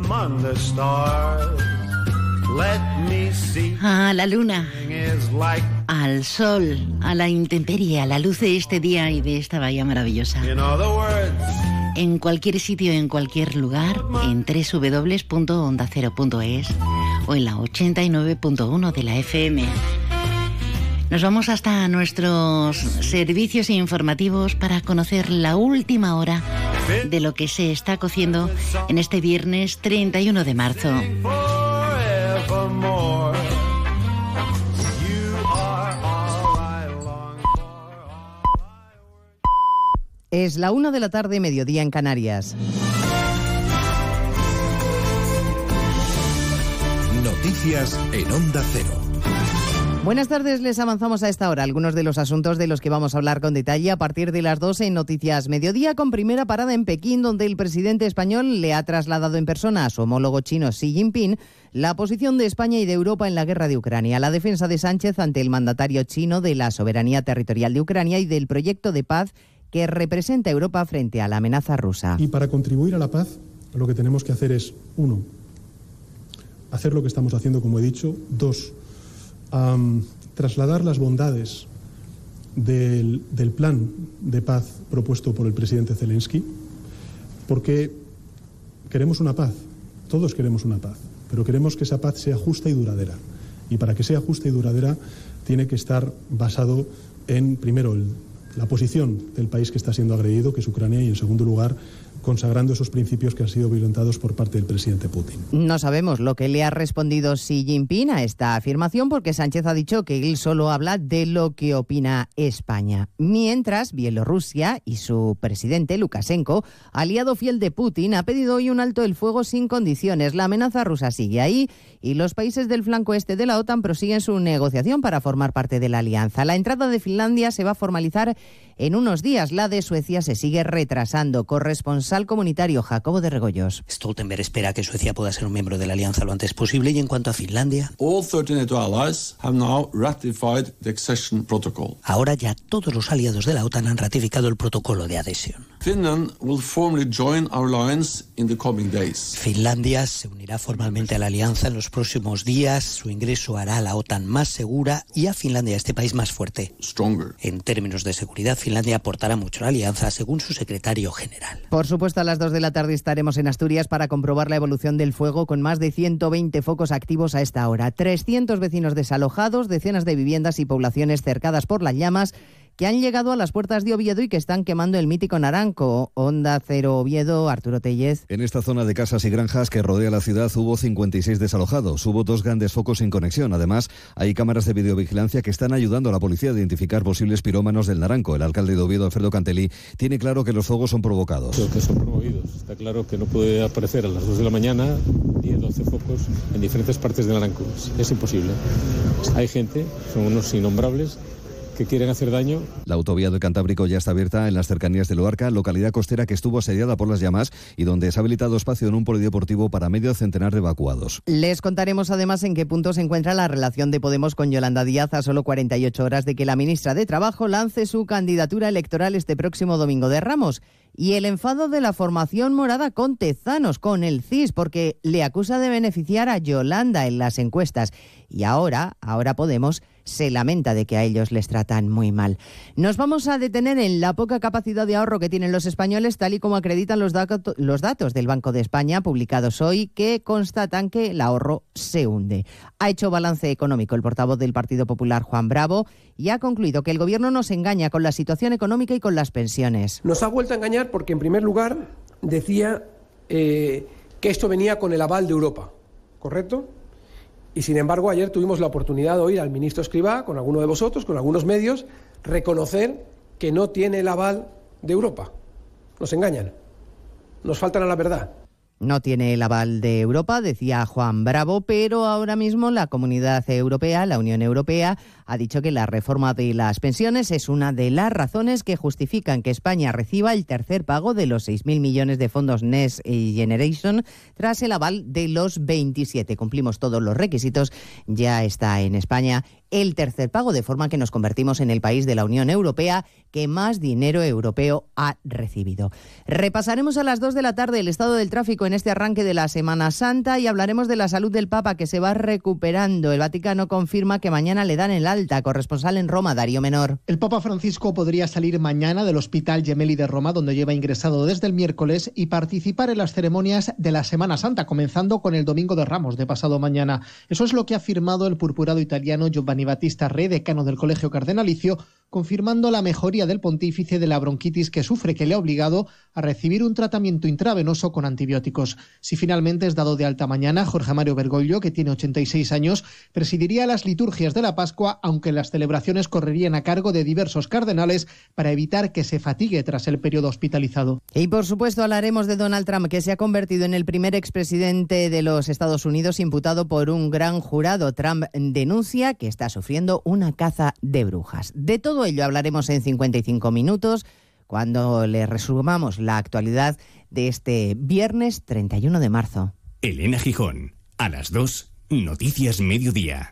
A la luna, al sol, a la intemperie, a la luz de este día y de esta bahía maravillosa. En cualquier sitio, en cualquier lugar, en www.ondacero.es o en la 89.1 de la FM. Nos vamos hasta nuestros servicios informativos para conocer la última hora de lo que se está cociendo en este viernes 31 de marzo. Es la 1 de la tarde, mediodía en Canarias. Noticias en Onda Cero. Buenas tardes, les avanzamos a esta hora algunos de los asuntos de los que vamos a hablar con detalle a partir de las 12 en Noticias Mediodía, con primera parada en Pekín, donde el presidente español le ha trasladado en persona a su homólogo chino Xi Jinping la posición de España y de Europa en la guerra de Ucrania, la defensa de Sánchez ante el mandatario chino de la soberanía territorial de Ucrania y del proyecto de paz que representa Europa frente a la amenaza rusa. Y para contribuir a la paz, lo que tenemos que hacer es, 1, hacer lo que estamos haciendo, como he dicho. 2, trasladar las bondades del plan de paz propuesto por el presidente Zelensky, porque queremos una paz, todos queremos una paz, pero queremos que esa paz sea justa y duradera. Y para que sea justa y duradera tiene que estar basado en, primero, la posición del país que está siendo agredido, que es Ucrania, y en segundo lugar, consagrando esos principios que han sido violentados por parte del presidente Putin. No sabemos lo que le ha respondido Xi Jinping a esta afirmación, porque Sánchez ha dicho que él solo habla de lo que opina España. Mientras, Bielorrusia y su presidente, Lukashenko, aliado fiel de Putin, ha pedido hoy un alto el fuego sin condiciones. La amenaza rusa sigue ahí y los países del flanco este de la OTAN prosiguen su negociación para formar parte de la alianza. La entrada de Finlandia se va a formalizar en unos días. La de Suecia se sigue retrasando. Corresponsal comunitario Jacobo de Regoyos. Stoltenberg espera que Suecia pueda ser un miembro de la alianza lo antes posible. Y en cuanto a Finlandia, all 13 NATO allies have now ratified the accession protocol. Ahora ya todos los aliados de la OTAN han ratificado el protocolo de adhesión. Finland will formally join our alliance in the coming days. Finlandia se unirá formalmente a la alianza en los próximos días. Su ingreso hará a la OTAN más segura y a Finlandia, este país, más fuerte. Stronger. En términos de seguridad, Finlandia aportará mucho a la alianza, según su secretario general. Por supuesto, a las 2 de la tarde estaremos en Asturias para comprobar la evolución del fuego, con más de 120 focos activos a esta hora. 300 vecinos desalojados, decenas de viviendas y poblaciones cercadas por las llamas que han llegado a las puertas de Oviedo y que están quemando el mítico Naranco. Onda Cero Oviedo, Arturo Tellez. En esta zona de casas y granjas que rodea la ciudad hubo 56 desalojados. Hubo 2 grandes focos sin conexión. Además, hay cámaras de videovigilancia que están ayudando a la policía a identificar posibles pirómanos del Naranco. El alcalde de Oviedo, Alfredo Cantelí, tiene claro que los fuegos son provocados. Creo que son promovidos. Está claro que no puede aparecer a las 2 de la mañana 10, 12 focos en diferentes partes del Naranco. Es imposible. Hay gente, son unos innombrables, que quieren hacer daño. La autovía del Cantábrico ya está abierta en las cercanías de Luarca, localidad costera que estuvo asediada por las llamas y donde se ha habilitado espacio en un polideportivo para medio centenar de evacuados. Les contaremos además en qué punto se encuentra la relación de Podemos con Yolanda Díaz a solo 48 horas de que la ministra de Trabajo lance su candidatura electoral este próximo domingo de Ramos. Y el enfado de la formación morada con Tezanos, con el CIS, porque le acusa de beneficiar a Yolanda en las encuestas. Y ahora Podemos se lamenta de que a ellos les tratan muy mal. Nos vamos a detener en la poca capacidad de ahorro que tienen los españoles, tal y como acreditan los datos del Banco de España publicados hoy, que constatan que el ahorro se hunde. Ha hecho balance económico el portavoz del Partido Popular, Juan Bravo, y ha concluido que el Gobierno nos engaña con la situación económica y con las pensiones. Nos ha vuelto a engañar porque, en primer lugar, decía que esto venía con el aval de Europa, ¿correcto? Y, sin embargo, ayer tuvimos la oportunidad de oír al ministro Escrivá, con alguno de vosotros, con algunos medios, reconocer que no tiene el aval de Europa. Nos engañan, nos faltan a la verdad. No tiene el aval de Europa, decía Juan Bravo, pero ahora mismo la Comunidad Europea, la Unión Europea, ha dicho que la reforma de las pensiones es una de las razones que justifican que España reciba el tercer pago de los 6.000 millones de fondos Next Generation tras el aval de los 27. Cumplimos todos los requisitos, ya está en España el tercer pago, de forma que nos convertimos en el país de la Unión Europea que más dinero europeo ha recibido. Repasaremos a las 2 de la tarde el estado del tráfico en este arranque de la Semana Santa y hablaremos de la salud del Papa, que se va recuperando. El Vaticano confirma que mañana le dan el alta. Corresponsal en Roma, Darío Menor. El Papa Francisco podría salir mañana del Hospital Gemelli de Roma, donde lleva ingresado desde el miércoles, y participar en las ceremonias de la Semana Santa, comenzando con el Domingo de Ramos de pasado mañana. Eso es lo que ha afirmado el purpurado italiano Giovanni Battista Re, decano del Colegio Cardenalicio, confirmando la mejoría del pontífice de la bronquitis que sufre, que le ha obligado a recibir un tratamiento intravenoso con antibióticos. Si finalmente es dado de alta mañana, Jorge Mario Bergoglio, que tiene 86 años, presidiría las liturgias de la Pascua, aunque las celebraciones correrían a cargo de diversos cardenales para evitar que se fatigue tras el periodo hospitalizado. Y por supuesto hablaremos de Donald Trump, que se ha convertido en el primer expresidente de los Estados Unidos imputado por un gran jurado. Trump denuncia que está sufriendo una caza de brujas. De todo ello hablaremos en 55 minutos, cuando le resumamos la actualidad de este viernes 31 de marzo. Elena Gijón, a las 2, Noticias Mediodía.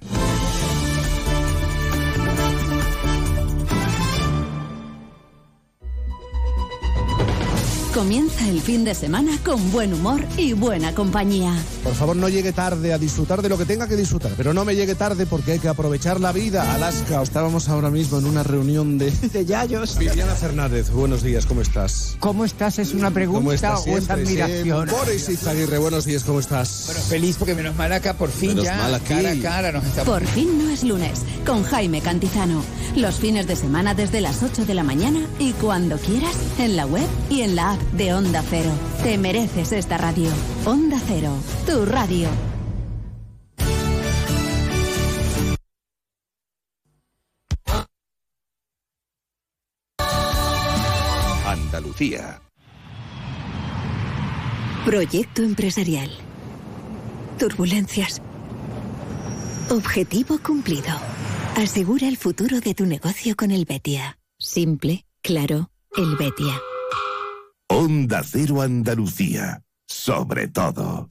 Comienza el fin de semana con buen humor y buena compañía. Por favor, no llegue tarde a disfrutar de lo que tenga que disfrutar, pero no me llegue tarde porque hay que aprovechar la vida. Alaska, estábamos ahora mismo en una reunión de yayos. Viviana Fernández, buenos días, ¿cómo estás? ¿Cómo estás? ¿Es una pregunta o es admiración? Boris Izaguirre, buenos días, ¿cómo estás? Bueno, feliz porque menos mal acá, por fin menos ya, mal aquí. cara a cara nos estamos... Por fin no es lunes, con Jaime Cantizano. Los fines de semana desde las 8 de la mañana y cuando quieras, en la web y en la app de Onda Cero. Te mereces esta radio. Onda Cero, tu radio. Andalucía. Proyecto empresarial. Turbulencias. Objetivo cumplido. Asegura el futuro de tu negocio con el Betia. Simple, claro, el Betia. Onda Cero Andalucía. Sobre todo.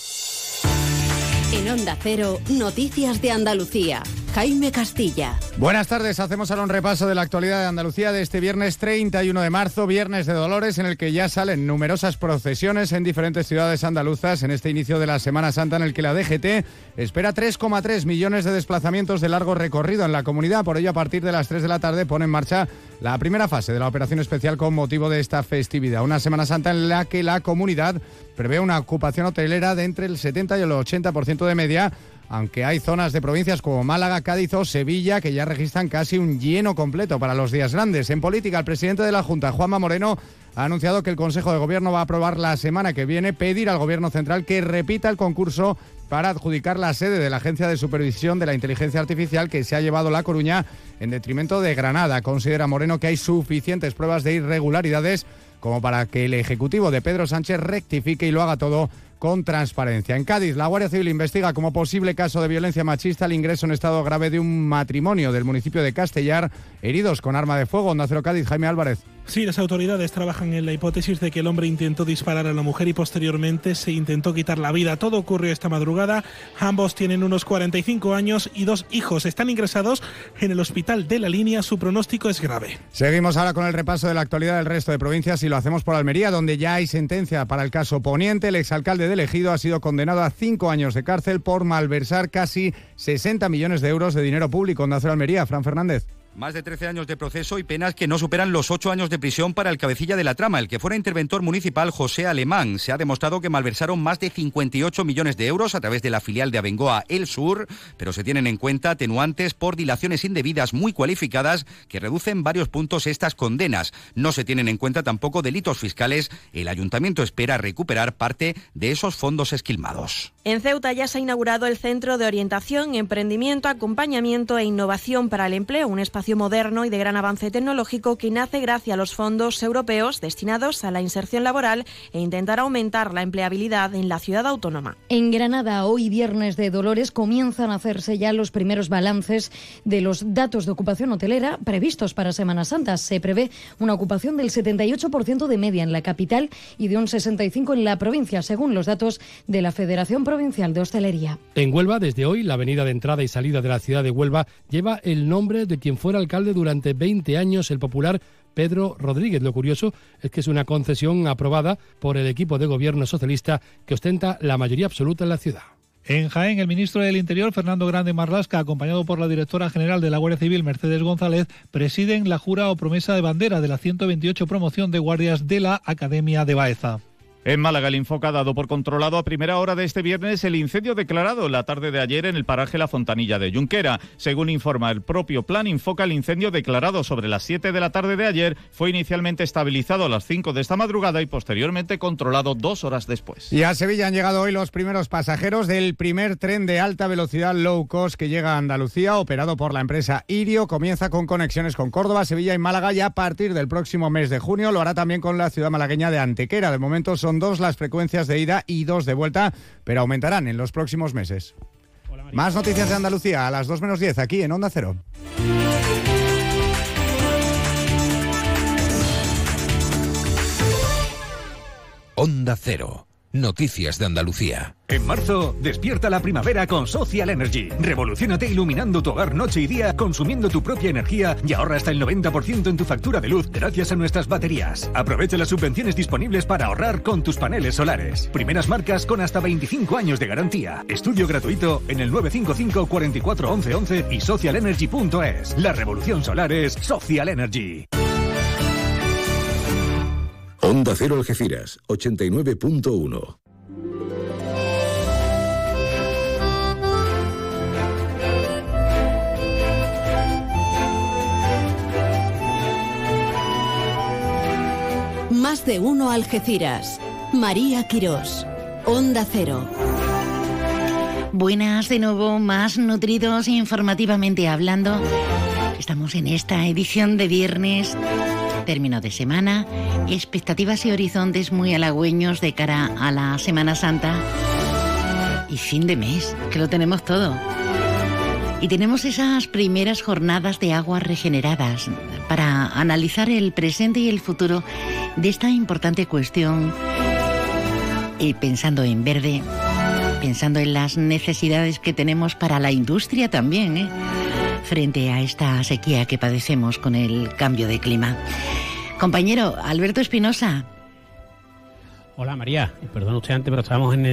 En Onda Cero, Noticias de Andalucía. Jaime Castilla. Buenas tardes, hacemos ahora un repaso de la actualidad de Andalucía de este viernes 31 de marzo, viernes de Dolores, en el que ya salen numerosas procesiones en diferentes ciudades andaluzas en este inicio de la Semana Santa, en el que la DGT espera 3,3 millones de desplazamientos de largo recorrido en la comunidad. Por ello, a partir de las 3 de la tarde pone en marcha la primera fase de la operación especial con motivo de esta festividad. Una Semana Santa en la que la comunidad prevé una ocupación hotelera de entre el 70 y el 80% de media, aunque hay zonas de provincias como Málaga, Cádiz o Sevilla que ya registran casi un lleno completo para los días grandes. En política, el presidente de la Junta, Juanma Moreno, ha anunciado que el Consejo de Gobierno va a aprobar la semana que viene pedir al Gobierno Central que repita el concurso para adjudicar la sede de la Agencia de Supervisión de la Inteligencia Artificial que se ha llevado La Coruña en detrimento de Granada. Considera Moreno que hay suficientes pruebas de irregularidades como para que el Ejecutivo de Pedro Sánchez rectifique y lo haga todo con transparencia. En Cádiz, la Guardia Civil investiga como posible caso de violencia machista el ingreso en estado grave de un matrimonio del municipio de Castellar, heridos con arma de fuego. Onda Cero Cádiz, Jaime Álvarez. Sí, las autoridades trabajan en la hipótesis de que el hombre intentó disparar a la mujer y posteriormente se intentó quitar la vida. Todo ocurrió esta madrugada. Ambos tienen unos 45 años y 2 hijos. Están ingresados en el hospital de La Línea. Su pronóstico es grave. Seguimos ahora con el repaso de la actualidad del resto de provincias y lo hacemos por Almería, donde ya hay sentencia para el caso Poniente. El exalcalde de Ejido ha sido condenado a 5 años de cárcel por malversar casi 60 millones de euros de dinero público. Onda Cero Almería, Fran Fernández. Más de 13 años de proceso y penas que no superan los 8 años de prisión para el cabecilla de la trama, el que fuera interventor municipal José Alemán. Se ha demostrado que malversaron más de 58 millones de euros a través de la filial de Abengoa El Sur, pero se tienen en cuenta atenuantes por dilaciones indebidas muy cualificadas que reducen varios puntos estas condenas. No se tienen en cuenta tampoco delitos fiscales. El ayuntamiento espera recuperar parte de esos fondos esquilmados. En Ceuta ya se ha inaugurado el Centro de Orientación, Emprendimiento, Acompañamiento e Innovación para el Empleo, un espacio moderno y de gran avance tecnológico que nace gracias a los fondos europeos destinados a la inserción laboral e intentar aumentar la empleabilidad en la ciudad autónoma. En Granada, hoy viernes de Dolores, comienzan a hacerse ya los primeros balances de los datos de ocupación hotelera previstos para Semana Santa. Se prevé una ocupación del 78% de media en la capital y de un 65% en la provincia, según los datos de la Federación Provincial de Hostelería. En Huelva, desde hoy, la avenida de entrada y salida de la ciudad de Huelva lleva el nombre de quien fuera alcalde durante 20 años, el popular Pedro Rodríguez. Lo curioso es que es una concesión aprobada por el equipo de gobierno socialista que ostenta la mayoría absoluta en la ciudad. En Jaén, el ministro del Interior, Fernando Grande Marlasca, acompañado por la directora general de la Guardia Civil, Mercedes González, presiden la jura o promesa de bandera de la 128 promoción de guardias de la Academia de Baeza. En Málaga, el Infoca ha dado por controlado a primera hora de este viernes el incendio declarado en la tarde de ayer en el paraje La Fontanilla de Junquera. Según informa el propio Plan Infoca, el incendio declarado sobre las 7 de la tarde de ayer fue inicialmente estabilizado a las 5 de esta madrugada y posteriormente controlado 2 horas después. Y a Sevilla han llegado hoy los primeros pasajeros del primer tren de alta velocidad low cost que llega a Andalucía, operado por la empresa Irio. Comienza con conexiones con Córdoba, Sevilla y Málaga y a partir del próximo mes de junio lo hará también con la ciudad malagueña de Antequera. De momento son 2 las frecuencias de ida y 2 de vuelta, pero aumentarán en los próximos meses. Más noticias de Andalucía a las 2 menos 10 aquí en Onda Cero. Onda Cero. Noticias de Andalucía. En marzo, despierta la primavera con Social Energy. Revoluciónate iluminando tu hogar noche y día, consumiendo tu propia energía y ahorra hasta el 90% en tu factura de luz gracias a nuestras baterías. Aprovecha las subvenciones disponibles para ahorrar con tus paneles solares. Primeras marcas con hasta 25 años de garantía. Estudio gratuito en el 955 44 11 11 y socialenergy.es. La revolución solar es Social Energy. Onda Cero Algeciras, 89.1. Más de uno Algeciras. María Quirós. Onda Cero. Buenas de nuevo, más nutridos informativamente hablando. Estamos en esta edición de viernes, término de semana, expectativas y horizontes muy halagüeños de cara a la Semana Santa y fin de mes, que lo tenemos todo. Y tenemos esas primeras jornadas de aguas regeneradas para analizar el presente y el futuro de esta importante cuestión, y pensando en verde, pensando en las necesidades que tenemos para la industria también, frente a esta sequía que padecemos con el cambio de clima. Compañero Alberto Espinosa. Hola María, perdón usted antes, pero estábamos en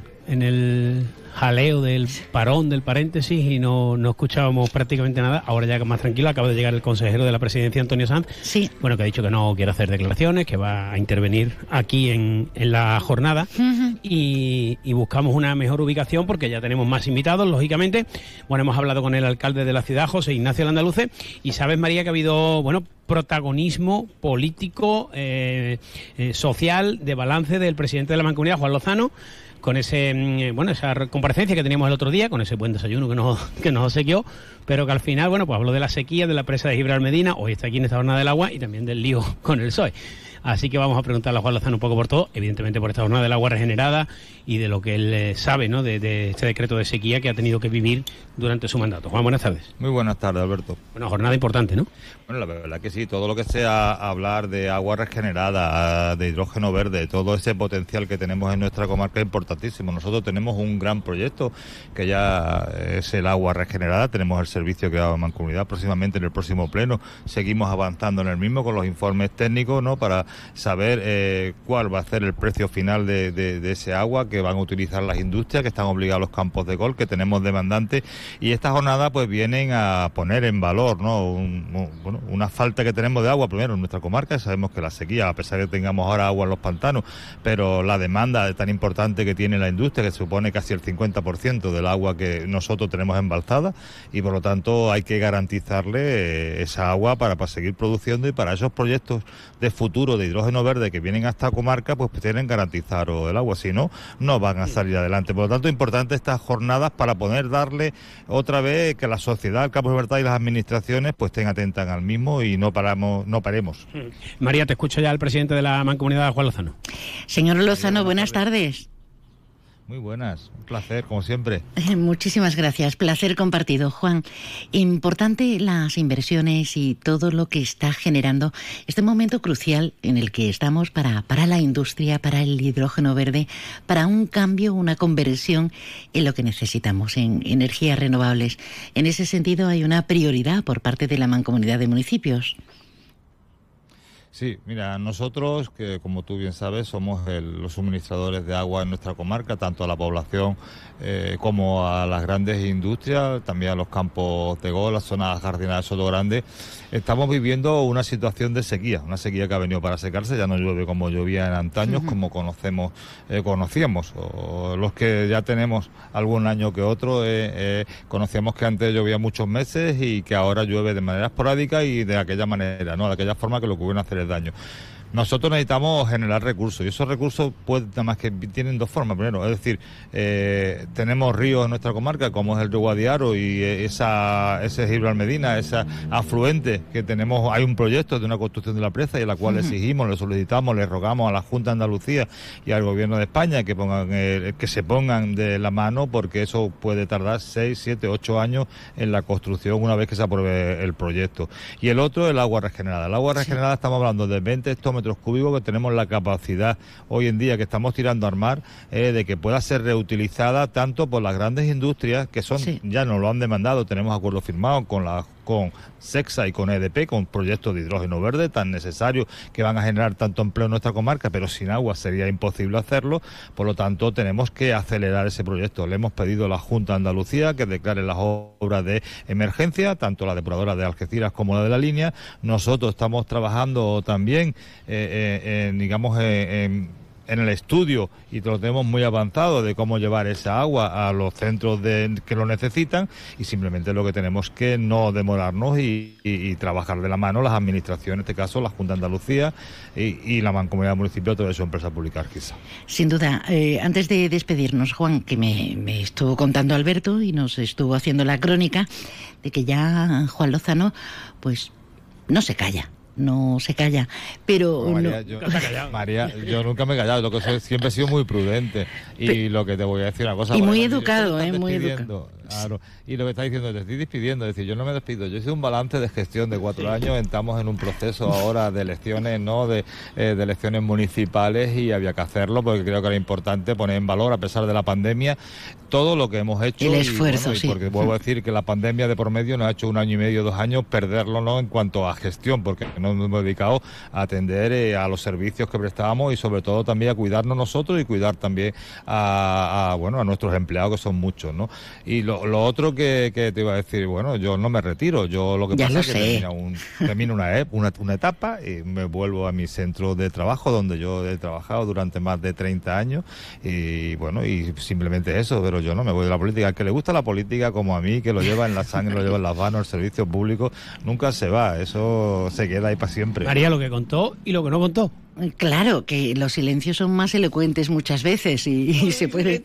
el jaleo del parón, del paréntesis, y no escuchábamos prácticamente nada. Ahora ya más tranquilo, acaba de llegar el consejero de la presidencia, Antonio Sanz, sí, bueno, que ha dicho que no quiere hacer declaraciones, que va a intervenir aquí en la jornada, y buscamos una mejor ubicación porque ya tenemos más invitados, lógicamente. Bueno, hemos hablado con el alcalde de la ciudad, José Ignacio Landaluce, y sabes, María, que ha habido, protagonismo político, social, de balance del presidente de la Mancomunidad, Juan Lozano, con esa comparecencia que teníamos el otro día, con ese buen desayuno que nos obsequió, pero que al final, pues habló de la sequía, de la presa de Gibraltar Medina, hoy está aquí en esta jornada del agua, y también del lío con el PSOE. Así que vamos a preguntarle a Juan Lozano un poco por todo, evidentemente por esta jornada del agua regenerada y de lo que él sabe, de este decreto de sequía que ha tenido que vivir durante su mandato. Juan, buenas tardes. Muy buenas tardes, Alberto. Una jornada importante, ¿no? Bueno, la verdad que sí, todo lo que sea hablar de agua regenerada, de hidrógeno verde, todo ese potencial que tenemos en nuestra comarca es importantísimo. Nosotros tenemos un gran proyecto que ya es el agua regenerada, tenemos el servicio que va a Mancomunidad próximamente en el próximo pleno, seguimos avanzando en el mismo con los informes técnicos, para saber cuál va a ser el precio final de ese agua que van a utilizar las industrias, que están obligados a los campos de golf, que tenemos demandantes, y esta jornada pues vienen a poner en valor, una falta que tenemos de agua primero en nuestra comarca. Sabemos que la sequía, a pesar de que tengamos ahora agua en los pantanos, pero la demanda tan importante que tiene la industria, que supone casi el 50% del agua que nosotros tenemos embalsada, y por lo tanto hay que garantizarle esa agua para seguir produciendo, y para esos proyectos de futuro de hidrógeno verde que vienen a esta comarca, pues tienen garantizar el agua, si no, no van a salir adelante. Por lo tanto, es importante estas jornadas para poder darle otra vez que la sociedad, el campo de libertad y las administraciones pues estén atentas al mismo y no paremos. María, te escucho ya al presidente de la Mancomunidad, Juan Lozano. Señor Lozano, buenas tardes. Muy buenas, un placer, como siempre. Muchísimas gracias, placer compartido. Juan, importante las inversiones y todo lo que está generando este momento crucial en el que estamos para la industria, para el hidrógeno verde, para un cambio, una conversión en lo que necesitamos, en energías renovables. En ese sentido, hay una prioridad por parte de la Mancomunidad de Municipios. Sí, mira, nosotros, que como tú bien sabes, somos los suministradores de agua en nuestra comarca, tanto a la población como a las grandes industrias, también a los campos de golf, las zonas jardinadas de Soto Grande. Estamos viviendo una situación de sequía, una sequía que ha venido para secarse, ya no llueve como llovía en antaños, como conocíamos, o los que ya tenemos algún año que otro, conocíamos que antes llovía muchos meses y que ahora llueve de manera esporádica y de aquella manera, ¿no? De aquella forma que lo que pueden hacer es daño. Nosotros necesitamos generar recursos y esos recursos además que tienen dos formas. Primero, es decir, tenemos ríos en nuestra comarca como es el río Guadiaro y ese Gibral Medina, ese afluente que tenemos. Hay un proyecto de una construcción de la presa y a la cual le exigimos, le solicitamos, le rogamos a la Junta de Andalucía y al Gobierno de España que se pongan de la mano, porque eso puede tardar 6, 7, 8 años en la construcción una vez que se apruebe el proyecto. Y el otro, el agua regenerada. El agua regenerada estamos hablando de 20 hectómetros cúbicos que tenemos la capacidad hoy en día que estamos tirando a armar de que pueda ser reutilizada tanto por las grandes industrias que son ya nos lo han demandado, tenemos acuerdos firmados con SECSA y con EDP, con proyectos de hidrógeno verde tan necesarios que van a generar tanto empleo en nuestra comarca, pero sin agua sería imposible hacerlo. Por lo tanto, tenemos que acelerar ese proyecto. Le hemos pedido a la Junta de Andalucía que declare las obras de emergencia, tanto la depuradora de Algeciras como la de la línea. Nosotros estamos trabajando también, en el estudio, y lo tenemos muy avanzado, de cómo llevar esa agua a los centros que lo necesitan, y simplemente lo que tenemos que no demorarnos y trabajar de la mano las administraciones, en este caso la Junta de Andalucía y la Mancomunidad Municipal de su empresa pública Arquisa. Sin duda. Antes de despedirnos, Juan, que me estuvo contando Alberto y nos estuvo haciendo la crónica de que ya Juan Lozano pues no se calla, pero... No, María, yo nunca me he callado, lo que soy, siempre he sido muy prudente, y lo que te voy a decir una cosa... Y muy educado, muy educado. Claro, y lo que está diciendo, te estoy despidiendo, es decir, yo no me despido, yo hice un balance de gestión de 4 años, estamos en un proceso ahora de elecciones, de elecciones municipales, y había que hacerlo porque creo que era importante poner en valor, a pesar de la pandemia, todo lo que hemos hecho. El esfuerzo, y porque vuelvo a decir que la pandemia de por medio nos ha hecho 1 año y medio, 2 años, perderlo, ¿no?, en cuanto a gestión, porque nos hemos dedicado a atender a los servicios que prestábamos y sobre todo también a cuidarnos nosotros y cuidar también a nuestros empleados, que son muchos, ¿no? Y lo otro que te iba a decir, bueno, yo no me retiro, yo lo que pasa es que termino una etapa y me vuelvo a mi centro de trabajo, donde yo he trabajado durante más de 30 años, y bueno, y simplemente eso, pero yo no me voy de la política. Al que le gusta la política, como a mí, que lo lleva en la sangre, lo lleva en las manos, el servicio público, nunca se va, eso se queda ahí para siempre. María, lo que contó y lo que no contó. Claro, que los silencios son más elocuentes muchas veces y se puede...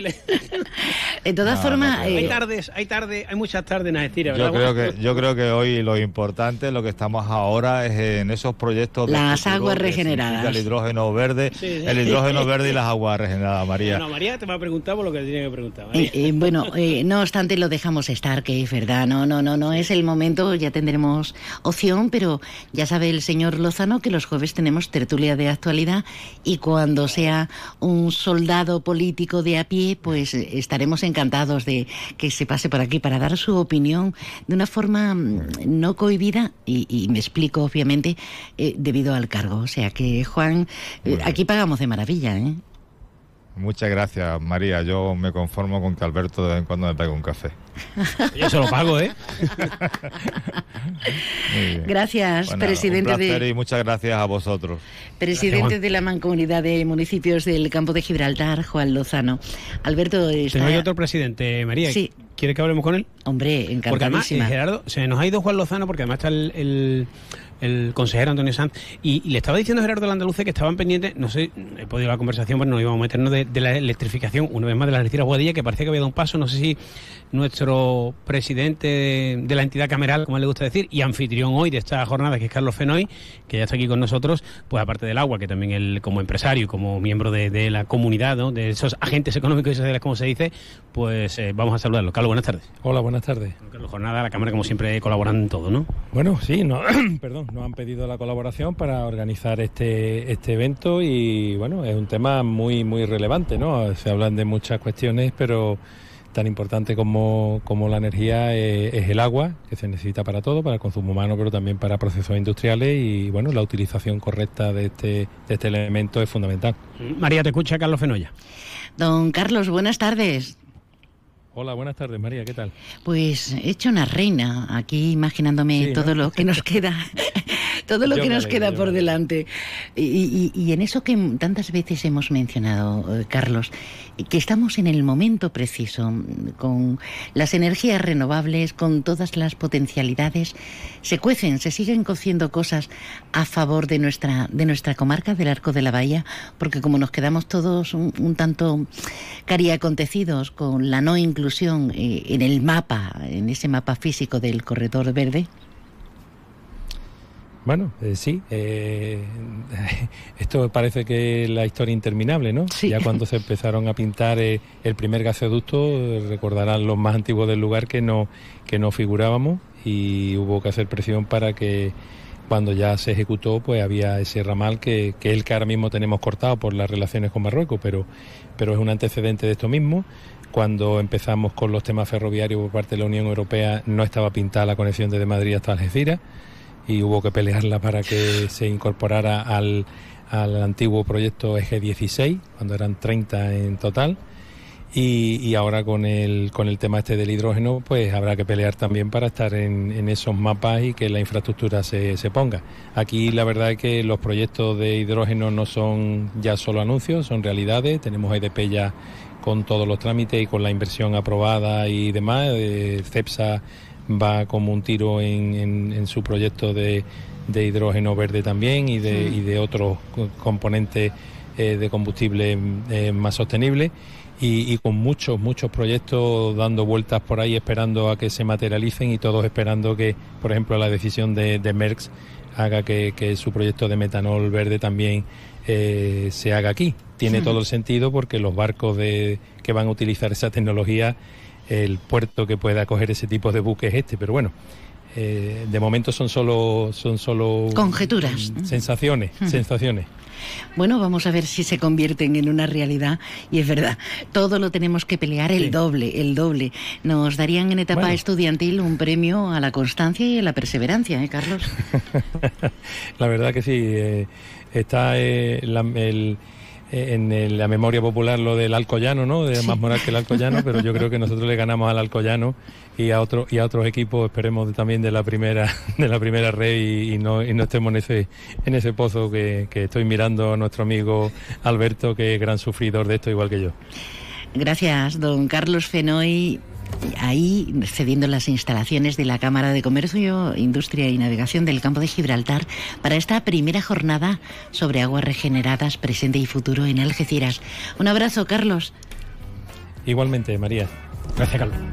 De todas formas... Hay muchas tardes, Nacetira, ¿verdad? Yo creo que hoy lo importante, lo que estamos ahora es en esos proyectos de las aguas regeneradas, el hidrógeno verde, el hidrógeno verde y las aguas regeneradas, María. Bueno, María te va a preguntar por lo que tiene que preguntar. No obstante, lo dejamos estar, que es verdad, no es el momento, ya tendremos opción, pero ya sabe el señor Lozano que los jueves tenemos tertulia de actualidad, y cuando sea un soldado político de a pie, pues estaremos encantados de que se pase por aquí para dar su opinión de una forma no cohibida, y me explico, obviamente, debido al cargo. O sea que, Juan, aquí pagamos de maravilla, ¿eh? Muchas gracias, María. Yo me conformo con que Alberto de vez en cuando me pegue un café. Yo se lo pago, ¿eh? Gracias, presidente. Un placer y muchas gracias a vosotros. Presidente de la Mancomunidad de Municipios del Campo de Gibraltar, Juan Lozano. Alberto, tengo yo otro presidente, María. Sí. ¿Quiere que hablemos con él? Hombre, encantadísima. Porque además, Gerardo, se nos ha ido Juan Lozano, porque además está el consejero Antonio Sanz, y le estaba diciendo a Gerardo Landaluce que estaban pendientes, no sé, he podido la conversación, pero no íbamos a meternos de la electrificación, una vez más, de la Algeciras Boadilla, que parecía que había dado un paso. No sé si nuestro presidente de la entidad cameral, como le gusta decir, y anfitrión hoy de esta jornada, que es Carlos Fenoy, que ya está aquí con nosotros, pues aparte del agua, que también él, como empresario, como miembro de la comunidad, ¿no?, de esos agentes económicos y sociales, como se dice, pues vamos a saludarlo. Carlos, buenas tardes. Hola, buenas tardes. Carlos, jornada, la Cámara, como siempre, colaborando en todo, ¿no? Bueno, sí, nos han pedido la colaboración para organizar este evento, y bueno, es un tema muy relevante, ¿no? Se hablan de muchas cuestiones, pero tan importante como la energía es el agua, que se necesita para todo, para el consumo humano, pero también para procesos industriales, y bueno, la utilización correcta de este elemento es fundamental. María, te escucha Carlos Fenolla. Don Carlos, buenas tardes. Hola, buenas tardes, María, ¿qué tal? Pues he hecho una reina aquí imaginándome todo lo que nos queda, todo lo que nos queda por delante. Y en eso que tantas veces hemos mencionado, Carlos, que estamos en el momento preciso, con las energías renovables, con todas las potencialidades, se cuecen, se siguen cociendo cosas a favor de nuestra comarca, del Arco de la Bahía, porque como nos quedamos todos un tanto cariacontecidos con la no inclusión en el mapa, en ese mapa físico del corredor verde. Bueno, sí, esto parece que es la historia interminable, ¿no? Sí. Ya cuando se empezaron a pintar el primer gasoducto, recordarán los más antiguos del lugar que no figurábamos, y hubo que hacer presión para que cuando ya se ejecutó, pues había ese ramal que es el que ahora mismo tenemos cortado por las relaciones con Marruecos, pero es un antecedente de esto mismo. Cuando empezamos con los temas ferroviarios por parte de la Unión Europea, no estaba pintada la conexión desde Madrid hasta Algeciras, y hubo que pelearla para que se incorporara al antiguo proyecto Eje 16, cuando eran 30 en total. Y ahora con el tema este del hidrógeno, pues habrá que pelear también para estar en esos mapas y que la infraestructura se ponga. Aquí la verdad es que los proyectos de hidrógeno no son ya solo anuncios, son realidades. Tenemos EDP ya con todos los trámites y con la inversión aprobada y demás. CEPSA va como un tiro en su proyecto de hidrógeno verde también, y de otros componentes de combustible más sostenible. Y con muchos proyectos dando vueltas por ahí, esperando a que se materialicen, y todos esperando que, por ejemplo, la decisión de Merckx haga que su proyecto de metanol verde también se haga aquí. Tiene todo el sentido, porque los barcos que van a utilizar esa tecnología, el puerto que pueda acoger ese tipo de buques es pero bueno, de momento son solo conjeturas, sensaciones. Bueno, vamos a ver si se convierten en una realidad, y es verdad, todo lo tenemos que pelear el doble. Nos darían en etapa estudiantil un premio a la constancia y a la perseverancia, Carlos. La verdad que sí, está en la memoria popular lo del Alcoyano, ¿no? De más moral que el Alcoyano, pero yo creo que nosotros le ganamos al Alcoyano y a otros equipos, esperemos también de la primera red, y no estemos en ese pozo que estoy mirando a nuestro amigo Alberto, que es gran sufridor de esto, igual que yo. Gracias, don Carlos Fenoy. Ahí cediendo las instalaciones de la Cámara de Comercio, Industria y Navegación del Campo de Gibraltar para esta primera jornada sobre aguas regeneradas, presente y futuro en Algeciras. Un abrazo, Carlos. Igualmente, María. Gracias, Carlos.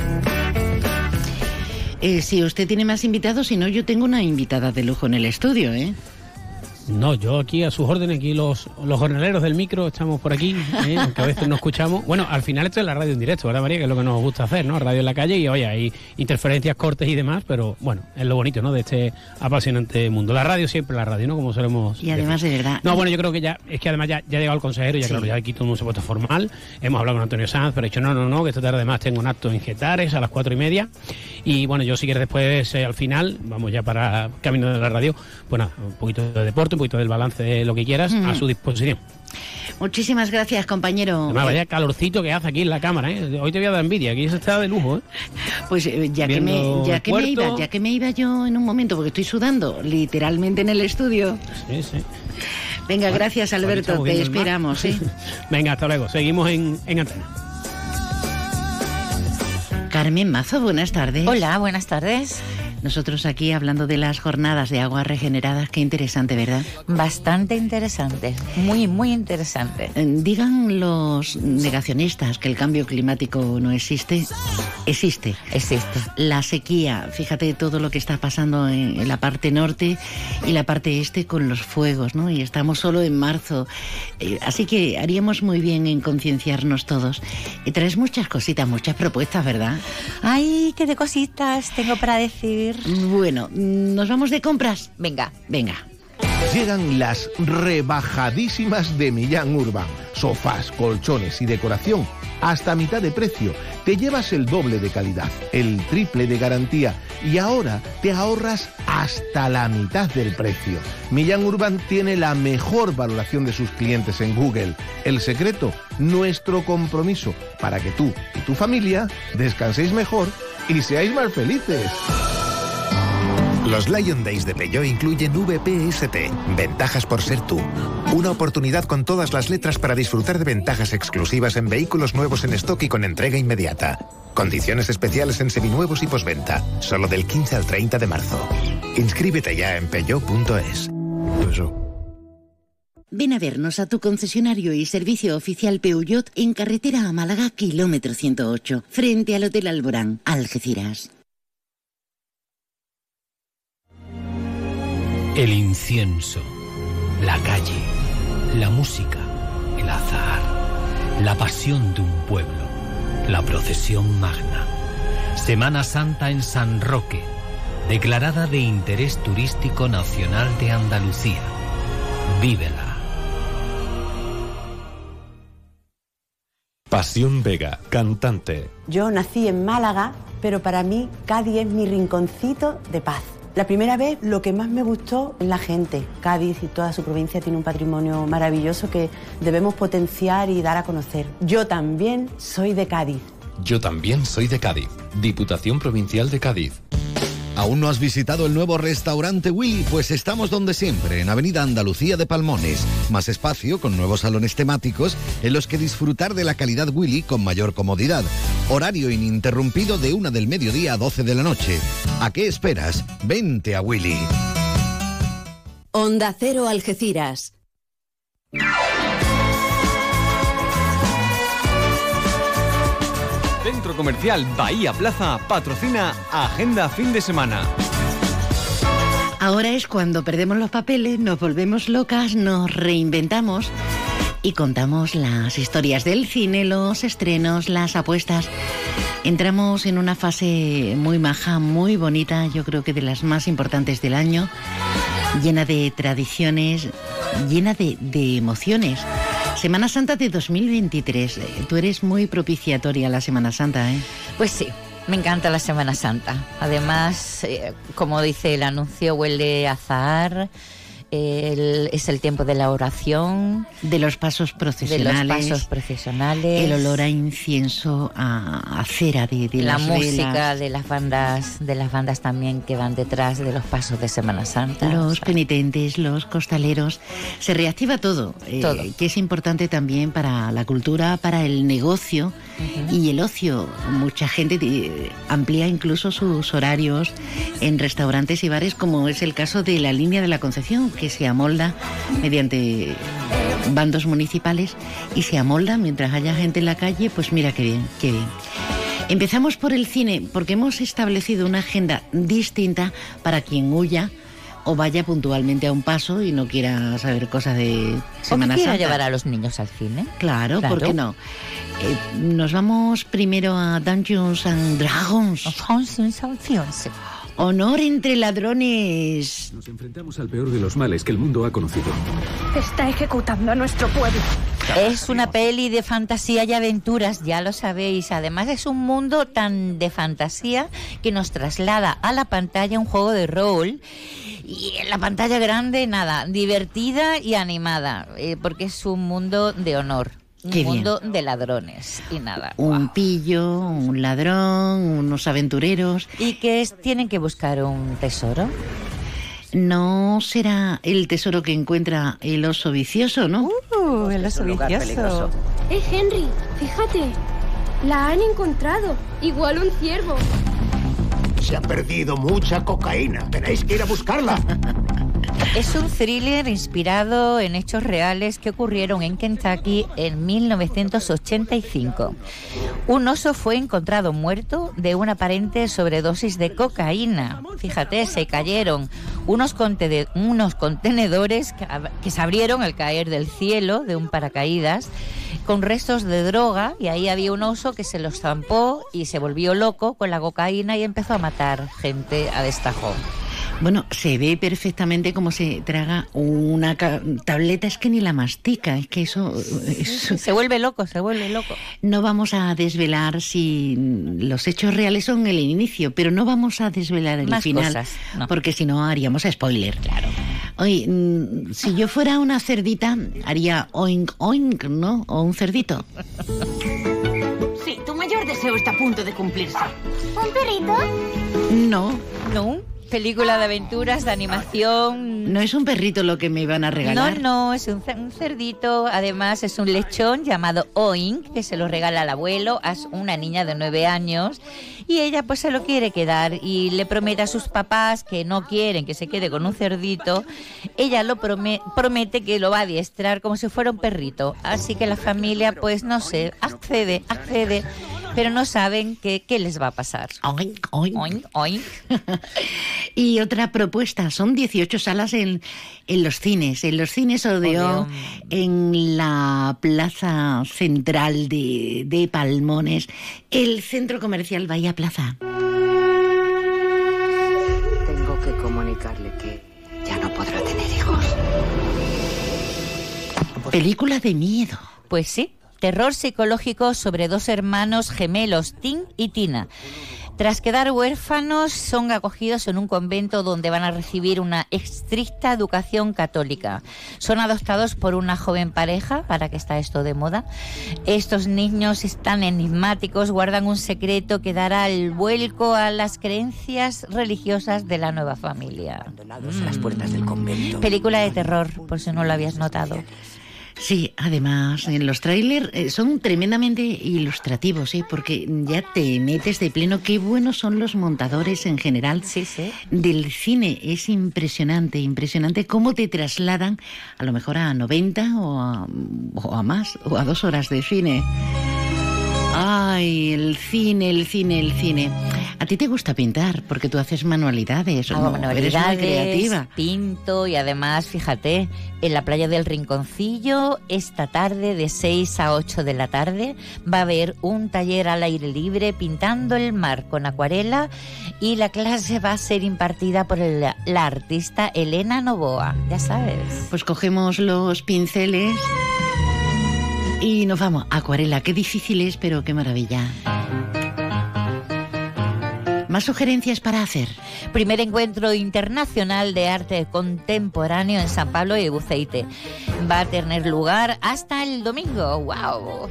Si usted tiene más invitados, si no, yo tengo una invitada de lujo en el estudio, ¿eh? No, yo aquí a sus órdenes, aquí los jornaleros del micro estamos por aquí, aunque a veces no escuchamos. Bueno, al final esto es la radio en directo, ¿verdad, María? Que es lo que nos gusta hacer, ¿no? Radio en la calle, y oye, hay interferencias, cortes y demás, pero bueno, es lo bonito, ¿no? De este apasionante mundo. La radio siempre la radio, ¿no? Como solemos Y además decir. De verdad. No, bueno, yo creo que además ya ha llegado el consejero, ya claro, ya aquí todo el mundo se ha puesto formal. Hemos hablado con Antonio Sanz, pero he dicho no, que esta tarde además tengo un acto en Getares a las 4:30. Y bueno, yo si quieres después, al final, vamos ya para camino de la radio, pues nada, un poquito de deporte, un poquito del balance de lo que quieras, a su disposición. Muchísimas gracias, compañero. Además, vaya calorcito que hace aquí en la cámara, ¿eh? Hoy te voy a dar envidia, aquí se está de lujo, ¿eh? Pues ya que me iba yo en un momento, porque estoy sudando literalmente en el estudio. Sí. Venga, bueno, gracias, Alberto, te esperamos, ¿eh? Venga, hasta luego, seguimos en antena. Carmen Mazo, buenas tardes. Hola, buenas tardes. Nosotros aquí hablando de las jornadas de aguas regeneradas, qué interesante, ¿verdad? Bastante interesante, muy, muy interesante. Digan los negacionistas que el cambio climático no existe. Existe. La sequía, fíjate todo lo que está pasando en la parte norte y la parte este con los fuegos, ¿no? Y estamos solo en marzo. Así que haríamos muy bien en concienciarnos todos. Y traes muchas cositas, muchas propuestas, ¿verdad? Ay, qué de cositas tengo para decir. Bueno, ¿nos vamos de compras? Venga. Llegan las rebajadísimas de Millán Urban. Sofás, colchones y decoración hasta mitad de precio. Te llevas el doble de calidad, el triple de garantía y ahora te ahorras hasta la mitad del precio. Millán Urban tiene la mejor valoración de sus clientes en Google. El secreto, nuestro compromiso para que tú y tu familia descanséis mejor y seáis más felices. Los Lion Days de Peugeot incluyen VPST, ventajas por ser tú. Una oportunidad con todas las letras para disfrutar de ventajas exclusivas en vehículos nuevos en stock y con entrega inmediata. Condiciones especiales en seminuevos y postventa, solo del 15 al 30 de marzo. Inscríbete ya en peugeot.es. Ven a vernos a tu concesionario y servicio oficial Peugeot en carretera a Málaga, kilómetro 108, frente al Hotel Alborán, Algeciras. El incienso, la calle, la música, el azahar, la pasión de un pueblo, la procesión magna. Semana Santa en San Roque, declarada de interés turístico nacional de Andalucía. Vívela. Pasión Vega, cantante. Yo nací en Málaga, pero para mí Cádiz es mi rinconcito de paz. La primera vez lo que más me gustó es la gente. Cádiz y toda su provincia tiene un patrimonio maravilloso que debemos potenciar y dar a conocer. Yo también soy de Cádiz. Yo también soy de Cádiz. Diputación Provincial de Cádiz. ¿Aún no has visitado el nuevo restaurante Willy? Pues estamos donde siempre, en Avenida Andalucía de Palmones. Más espacio, con nuevos salones temáticos, en los que disfrutar de la calidad Willy con mayor comodidad. Horario ininterrumpido de 1 del mediodía a 12 de la noche. ¿A qué esperas? Vente a Willy. Onda Cero Algeciras. Centro Comercial Bahía Plaza patrocina Agenda Fin de Semana. Ahora es cuando perdemos los papeles, nos volvemos locas, nos reinventamos y contamos las historias del cine, los estrenos, las apuestas. Entramos en una fase muy maja, muy bonita, yo creo que de las más importantes del año, llena de tradiciones, llena de emociones. Semana Santa de 2023. Tú eres muy propiciatoria a la Semana Santa, ¿eh? Pues sí, me encanta la Semana Santa. Además, como dice el anuncio, huele a azahar. Es el tiempo de la oración, de los pasos procesionales, el olor a incienso, a cera de la las música velas. de las bandas también que van detrás de los pasos de Semana Santa, los penitentes, los costaleros, se reactiva todo. Que es importante también para la cultura, para el negocio y el ocio. Mucha gente amplía incluso sus horarios en restaurantes y bares, como es el caso de la Línea de la Concepción, que se amolda mediante bandos municipales y se amolda mientras haya gente en la calle. Pues mira qué bien, qué bien. Empezamos por el cine, porque hemos establecido una agenda distinta para quien huya o vaya puntualmente a un paso y no quiera saber cosas de Semana Santa. ¿O quiera llevar a los niños al cine? Claro, ¿por qué no? Nos vamos primero a Dungeons and Dragons. Honor entre ladrones. Nos enfrentamos al peor de los males que el mundo ha conocido. Está ejecutando a nuestro pueblo. Es una peli de fantasía y aventuras, ya lo sabéis. Además es un mundo tan de fantasía que nos traslada a la pantalla un juego de rol. Y en la pantalla grande, nada, divertida y animada, porque es un mundo de honor. Un mundo de ladrones y nada. Un pillo, un ladrón, unos aventureros. ¿Y qué tienen que buscar? ¿Un tesoro? No será el tesoro que encuentra el oso vicioso, ¿no? El oso vicioso. Henry, fíjate. La han encontrado. Igual un ciervo. Se ha perdido mucha cocaína. Tenéis que ir a buscarla. Es un thriller inspirado en hechos reales que ocurrieron en Kentucky en 1985. Un oso fue encontrado muerto de una aparente sobredosis de cocaína. Fíjate, se cayeron unos contenedores que se abrieron al caer del cielo de un paracaídas con restos de droga, y ahí había un oso que se los zampó y se volvió loco con la cocaína y empezó a matar gente a destajo. Bueno, se ve perfectamente cómo se traga una tableta, es que ni la mastica, es que eso... Se vuelve loco. No vamos a desvelar si los hechos reales son el inicio, pero no vamos a desvelar el Más final, cosas, no. porque si no haríamos spoiler. Claro. Oye, si yo fuera una cerdita, haría oink oink, ¿no? O un cerdito. Sí, tu mayor deseo está a punto de cumplirse. ¿Un perrito? No. Película de aventuras, de animación. No es un perrito lo que me iban a regalar. No, es un cerdito. Además es un lechón llamado Oink, que se lo regala al abuelo a una niña de 9 años. Y ella pues se lo quiere quedar y le promete a sus papás que no quieren que se quede con un cerdito. Ella lo promete que lo va a adiestrar como si fuera un perrito. Así que la familia pues no sé, accede. Pero no saben qué les va a pasar. Oink, oink. Oink, oink. Y otra propuesta, son 18 salas en los cines. En los cines Odeón, en la plaza central de Palmones, el centro comercial Bahía Plaza. Tengo que comunicarle que ya no podrá tener hijos. Película de miedo. Pues sí. Terror psicológico sobre 2 hermanos gemelos, Tim y Tina. Tras quedar huérfanos, son acogidos en un convento donde van a recibir una estricta educación católica. Son adoptados por una joven pareja, para que está esto de moda. Estos niños están enigmáticos, guardan un secreto que dará el vuelco a las creencias religiosas de la nueva familia. Abandonados a las puertas del convento. Película de terror, por si no lo habías notado. Sí, además, en los trailers son tremendamente ilustrativos, porque ya te metes de pleno. Qué buenos son los montadores en general del cine. Es impresionante cómo te trasladan a lo mejor a 90 o a más, o a 2 horas de cine. Ay, el cine. ¿A ti te gusta pintar? Porque tú haces manualidades. Hago manualidades, eres muy creativa. Pinto y además, fíjate, en la playa del Rinconcillo, esta tarde de 6 a 8 de la tarde, va a haber un taller al aire libre pintando el mar con acuarela y la clase va a ser impartida por la artista Elena Novoa, ya sabes. Pues cogemos los pinceles y nos vamos. Acuarela, qué difícil es, pero qué maravilla. ¿Más sugerencias para hacer? Primer encuentro internacional de arte contemporáneo en San Pablo y Buceite. Va a tener lugar hasta el domingo. ¡Wow!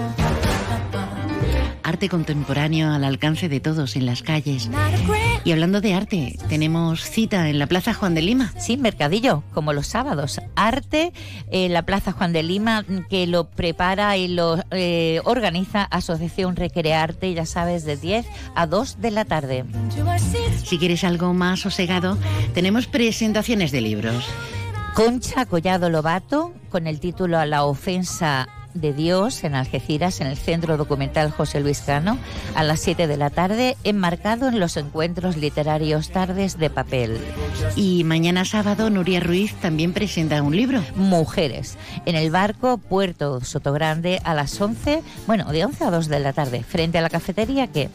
Arte contemporáneo al alcance de todos en las calles. Y hablando de arte, tenemos cita en la Plaza Juan de Lima. Sí, mercadillo, como los sábados. Arte en la Plaza Juan de Lima, que lo prepara y lo organiza Asociación Recrearte, ya sabes, de 10 a 2 de la tarde. Si quieres algo más sosegado, tenemos presentaciones de libros. Concha Collado Lobato, con el título A la ofensa de Dios, en Algeciras, en el Centro Documental José Luis Cano, a las 7 de la tarde, enmarcado en los encuentros literarios Tardes de Papel. Y mañana sábado, Nuria Ruiz también presenta un libro. Mujeres, en el barco Puerto Sotogrande, a las 11, bueno, de 11 a 2 de la tarde, frente a la cafetería que...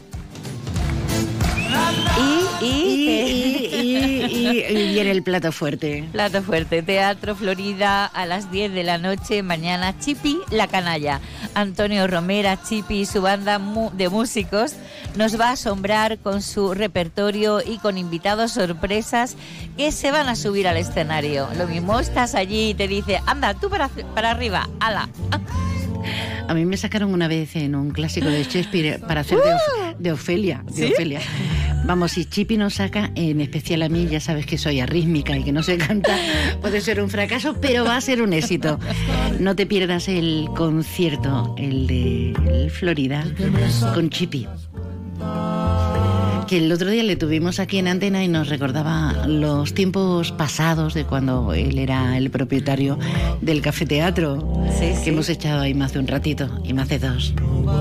Y viene el plato fuerte. Plato fuerte, Teatro Florida a las 10 de la noche, mañana Chipi la Canalla. Antonio Romera, Chipi y su banda de músicos nos va a asombrar con su repertorio y con invitados sorpresas que se van a subir al escenario. Lo mismo estás allí y te dice, anda, tú para arriba, ala. A mí me sacaron una vez en un clásico de Shakespeare para hacer de Ofelia. ¿Sí? Ofelia. Vamos, si Chipi nos saca, en especial a mí, ya sabes que soy arrítmica y que no sé cantar, puede ser un fracaso, pero va a ser un éxito. No te pierdas el concierto, el de Florida, con Chipi. Que el otro día le tuvimos aquí en Antena y nos recordaba los tiempos pasados de cuando él era el propietario del cafeteatro, que hemos echado ahí más de un ratito y más de 2.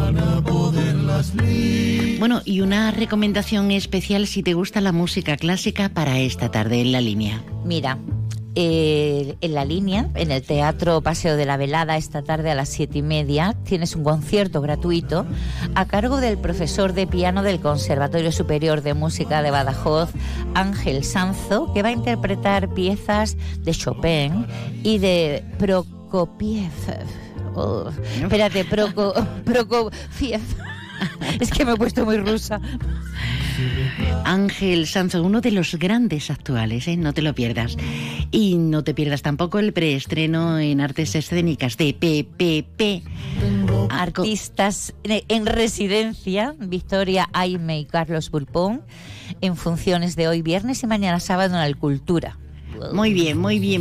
Bueno, y una recomendación especial si te gusta la música clásica para esta tarde en la línea. Mira, En la línea, en el Teatro Paseo de la Velada, esta tarde a las 7:30, tienes un concierto gratuito a cargo del profesor de piano del Conservatorio Superior de Música de Badajoz, Ángel Sanzo, que va a interpretar piezas de Chopin y de Prokofiev. Prokofiev. Es que me he puesto muy rusa. Ángel Sanzo, uno de los grandes actuales, no te lo pierdas. Y no te pierdas tampoco el preestreno en Artes Escénicas de PPP. Artistas en residencia, Victoria Aime y Carlos Bulpón, en funciones de hoy viernes y mañana sábado en Alcultura. Muy bien,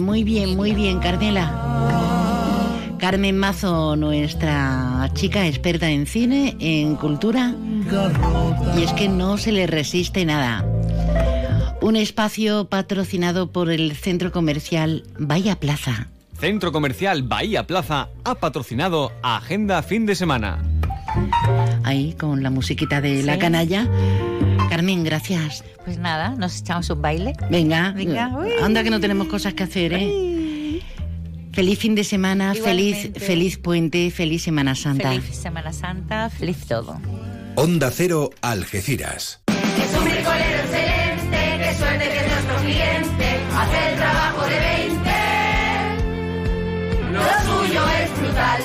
Carmela. Carmen Mazo, nuestra chica experta en cine, en cultura, y es que no se le resiste nada. Un espacio patrocinado por el Centro Comercial Bahía Plaza. Centro Comercial Bahía Plaza ha patrocinado Agenda Fin de Semana. Ahí, con la musiquita de La Canalla. Carmen, gracias. Pues nada, nos echamos un baile. Venga. Anda que no tenemos cosas que hacer, Feliz fin de semana, feliz puente, feliz Semana Santa. Feliz Semana Santa, feliz todo. Onda Cero, Algeciras. Es un bricolero excelente, qué suerte que es nuestro cliente, hace el trabajo de 20. Lo suyo es brutal,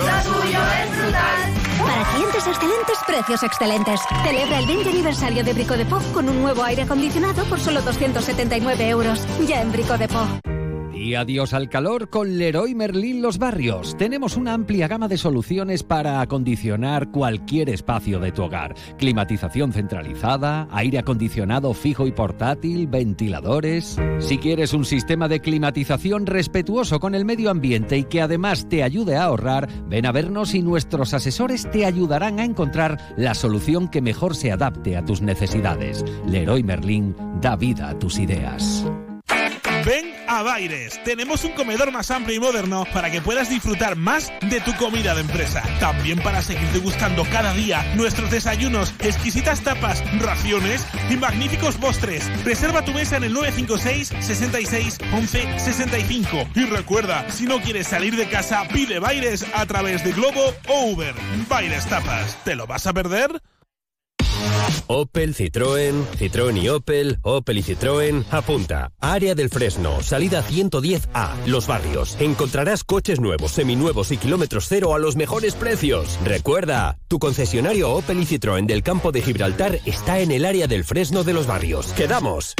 Para clientes excelentes, precios excelentes. Celebra el 20 aniversario de Brico de Po con un nuevo aire acondicionado por solo 279 euros. Ya en Brico de Po. Y adiós al calor con Leroy Merlin Los Barrios. Tenemos una amplia gama de soluciones para acondicionar cualquier espacio de tu hogar. Climatización centralizada, aire acondicionado fijo y portátil, ventiladores. Si quieres un sistema de climatización respetuoso con el medio ambiente y que además te ayude a ahorrar, ven a vernos y nuestros asesores te ayudarán a encontrar la solución que mejor se adapte a tus necesidades. Leroy Merlin da vida a tus ideas. Ven a Baires. Tenemos un comedor más amplio y moderno para que puedas disfrutar más de tu comida de empresa. También para seguir degustando cada día nuestros desayunos, exquisitas tapas, raciones y magníficos postres. Reserva tu mesa en el 956 66 11 65. Y recuerda, si no quieres salir de casa, pide Baires a través de Globo o Uber. Baires Tapas. ¿Te lo vas a perder? Opel, Citroën y Opel y Citroën. Apunta. Área del Fresno, salida 110A, Los Barrios. Encontrarás coches nuevos, seminuevos y kilómetros cero a los mejores precios. Recuerda, tu concesionario Opel y Citroën del campo de Gibraltar está en el área del Fresno de Los Barrios. ¡Quedamos!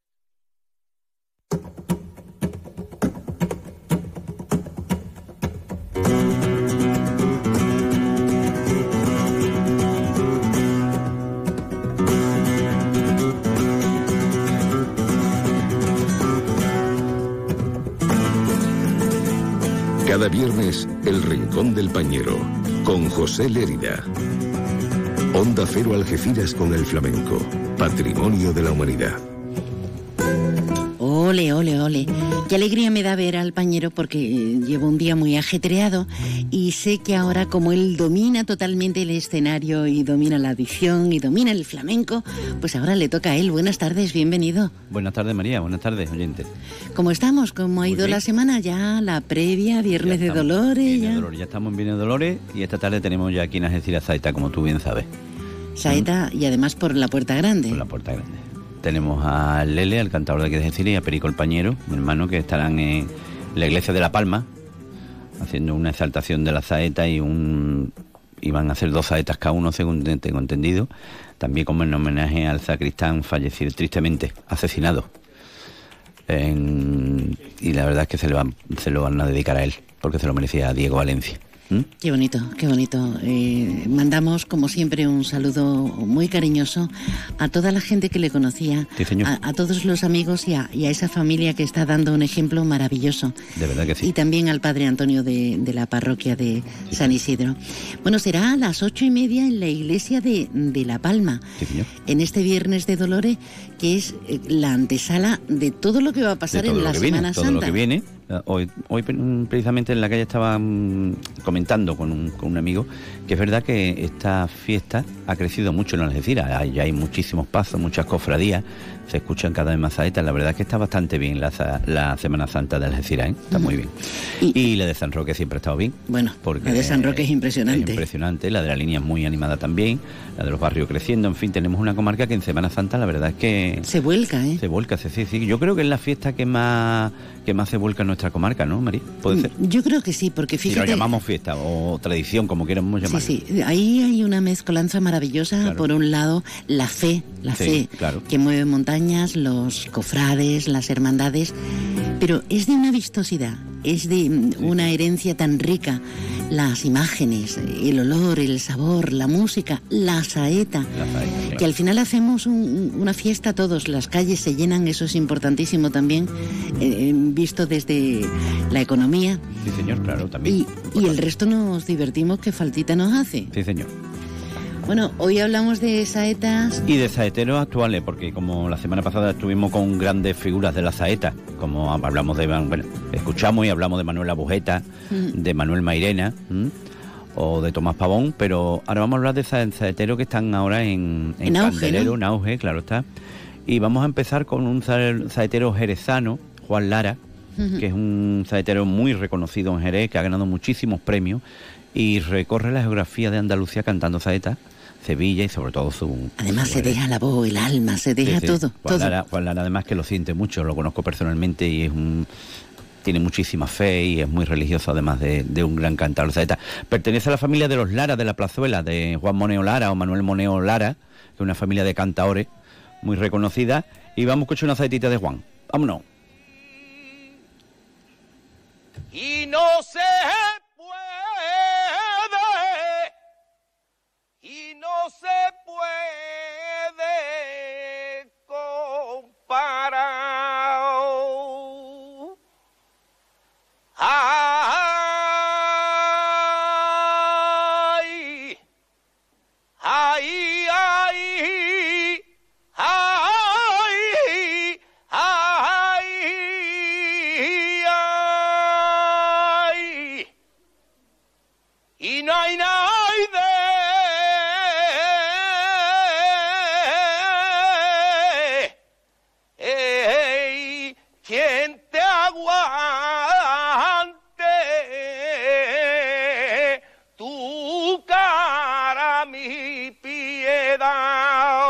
Cada viernes, El Rincón del Pañero, con José Lérida. Onda Cero Algeciras con el flamenco, patrimonio de la humanidad. Ole, ole, ole. Qué alegría me da ver al Pañero porque llevo un día muy ajetreado y sé que ahora, como él domina totalmente el escenario y domina la adicción y domina el flamenco, pues ahora le toca a él. Buenas tardes, bienvenido. Buenas tardes, María. Buenas tardes, oyente. ¿Cómo estamos? ¿Cómo ha ido la semana? Ya la previa, Viernes de Dolores. Ya estamos en Viernes de Dolores y esta tarde tenemos ya aquí en Algeciras saeta, como tú bien sabes. Saeta y además por la Puerta Grande. Por la Puerta Grande. Tenemos a Lele, al cantador de aquí de Algeciras, y a Perico el Pañero, mi hermano, que estarán en la iglesia de La Palma haciendo una exaltación de la saeta y van a hacer 2 saetas cada uno, según tengo entendido, también como en homenaje al sacristán fallecido, tristemente asesinado. Y la verdad es que se lo van a dedicar a él, porque se lo merecía Diego Valencia. Qué bonito, qué bonito. Mandamos, como siempre, un saludo muy cariñoso a toda la gente que le conocía, sí, a todos los amigos y a esa familia que está dando un ejemplo maravilloso. De verdad que sí. Y también al padre Antonio de la parroquia de San Isidro. Bueno, será a las 8:30 en la iglesia de La Palma, sí, en este Viernes de Dolores, que es la antesala de todo lo que va a pasar en la Semana Santa. Todo lo que viene. Hoy precisamente en la calle estaba comentando con un amigo que es verdad que esta fiesta ha crecido mucho en Algeciras. Ya hay muchísimos pasos, muchas cofradías, se escuchan cada vez más saetas. La verdad es que está bastante bien la Semana Santa de Algeciras, ¿eh? Está muy bien. Y la de San Roque siempre ha estado bien. Bueno, la de San Roque es impresionante. Es impresionante, la de la línea es muy animada también, la de los barrios creciendo. En fin, tenemos una comarca que en Semana Santa la verdad es que... Se vuelca, ¿eh? Se vuelca, sí. Yo creo que es la fiesta que más se vuelca en nuestra comarca, ¿no, María? ¿Puede ser? Yo creo que sí, porque fíjate... Si lo llamamos fiesta o tradición, como queramos llamarlo. Sí, ahí hay una mezcolanza maravillosa. Claro. Por un lado, la fe, claro, que mueve montañas, los cofrades, las hermandades, pero es de una vistosidad, es de una herencia tan rica. Las imágenes, el olor, el sabor, la música, la saeta, claro, que al final hacemos una fiesta todos, las calles se llenan, eso es importantísimo también, visto desde la economía. Sí, señor, claro, también. Y el resto nos divertimos, que faltita nos hace. Sí, señor. Bueno, hoy hablamos de saetas... Y de saeteros actuales, porque como la semana pasada estuvimos con grandes figuras de la saeta, como hablamos escuchamos y hablamos de Manuel Abujeta, de Manuel Mairena, o de Tomás Pavón, pero ahora vamos a hablar de saeteros que están ahora en Candelero, en auge, claro está. Y vamos a empezar con un saetero jerezano, Juan Lara, que es un saetero muy reconocido en Jerez, que ha ganado muchísimos premios y recorre la geografía de Andalucía cantando saetas, Sevilla y sobre todo su... Además se deja la voz, el alma, se deja todo. Juan Lara además que lo siente mucho, lo conozco personalmente y tiene muchísima fe y es muy religioso además de un gran cantador saeta. Pertenece a la familia de los Lara de la Plazuela, de Juan Moneo Lara o Manuel Moneo Lara, que es una familia de cantaores muy reconocida. Y vamos a escuchar una saetita de Juan. Vámonos. Y no se puede, y no se puede comparar. Ay, ay, ay, ay, ay, ay, y no hay nadie quien te aguante tu cara, mi piedad,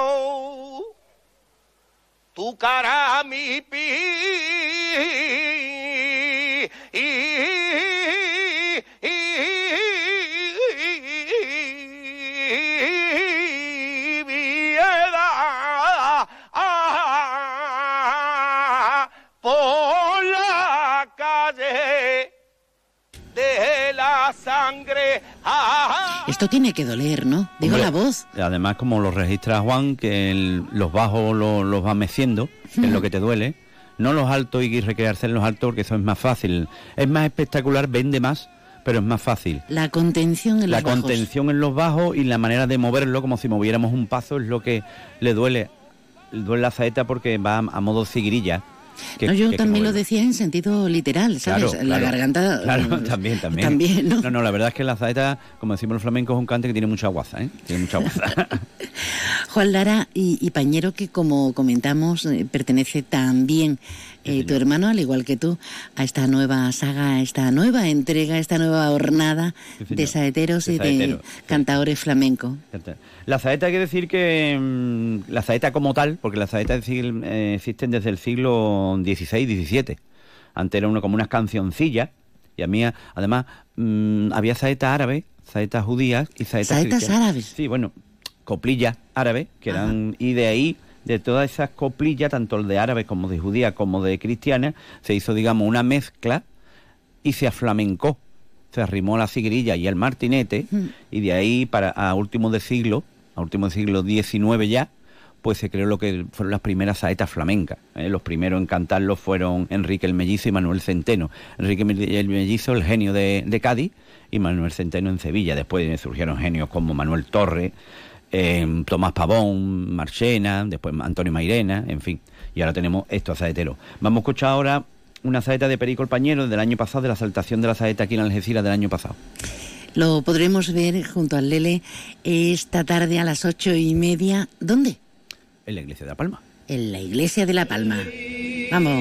tu cara, mi por la calle de la sangre. Esto tiene que doler, ¿no? Digo, la voz. Además, como lo registra Juan, que los bajos los va meciendo, que es lo que te duele. No los altos y recrearse en los altos, porque eso es más fácil. Es más espectacular, vende más, pero es más fácil. La contención en los bajos. La contención en los bajos y la manera de moverlo, como si moviéramos un paso, es lo que le duele. Le duele la saeta porque va a modo ciguirilla. Yo también lo decía en sentido literal, ¿sabes? Claro, la garganta... Claro, también. También, ¿no? No, la verdad es que la saeta, como decimos los flamencos, es un cante que tiene mucha guaza, ¿eh? Tiene mucha guaza. Juan Lara y Pañero, que como comentamos, pertenece también tu hermano, al igual que tú, a esta nueva saga, a esta nueva entrega, a esta nueva hornada de saeteros y de cantaores flamencos. La saeta, hay que decir que la saeta como tal, porque las saetas existen desde el siglo XVI, XVII. Antes era como unas cancioncillas, y a mí, además, había saetas árabes, saetas judías y saetas árabes. Sí, bueno, coplillas árabes, que eran, y de ahí, de todas esas coplillas, tanto de árabes como de judías como de cristianas, se hizo, digamos, una mezcla y se aflamencó. Se arrimó la cigrilla y el martinete, y de ahí a últimos del siglo XIX ya, pues se creó lo que fueron las primeras saetas flamencas. Los primeros en cantarlo fueron Enrique el Mellizo y Manuel Centeno. Enrique el Mellizo, el genio de Cádiz, y Manuel Centeno en Sevilla. Después surgieron genios como Manuel Torres, Tomás Pavón, Marchena, después Antonio Mairena, en fin. Y ahora tenemos estos saeteros. Vamos a escuchar ahora una saeta de Perico el Pañero del año pasado, de la saltación de la saeta aquí en Algeciras del año pasado. Lo podremos ver junto al Lele esta tarde a las 8:30. ¿Dónde? En la iglesia de La Palma. En la iglesia de La Palma. Vamos.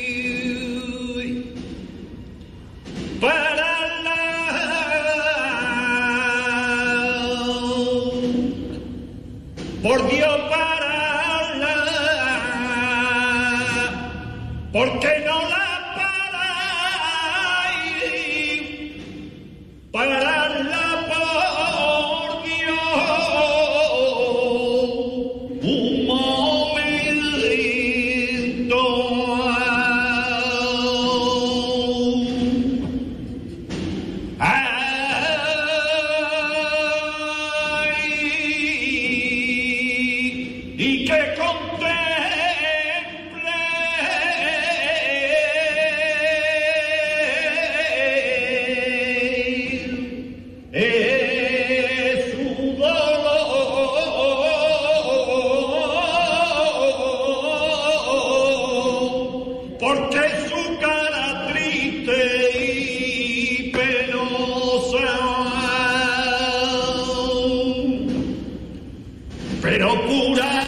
Por Dios, pararla, porque no la paráis, pararla por Dios, un momentito. Y que contemple su dolor, porque su cara triste y penosa, pero pura.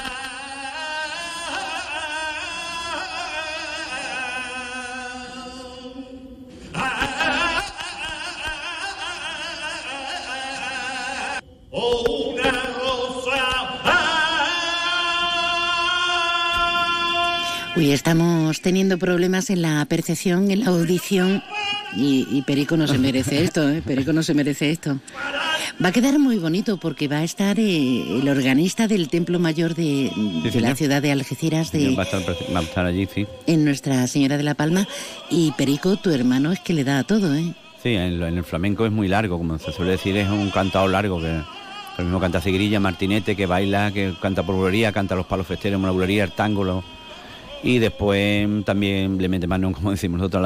O una rosa. Uy, estamos teniendo problemas en la percepción, en la audición, y Perico no se merece esto, ¿eh? Perico no se merece esto. Va a quedar muy bonito porque va a estar el organista del Templo Mayor de la ciudad de Algeciras, Va a estar allí, sí. en Nuestra Señora de la Palma, y Perico, tu hermano, es que le da a todo, ¿eh? Sí, en el flamenco es muy largo, como se suele decir, es un cantado largo, que el mismo canta Sigrilla, Martinete, que baila, que canta por bulería, canta los palos festeros en la bulería, el tango, y después también le mete mano, como decimos nosotros,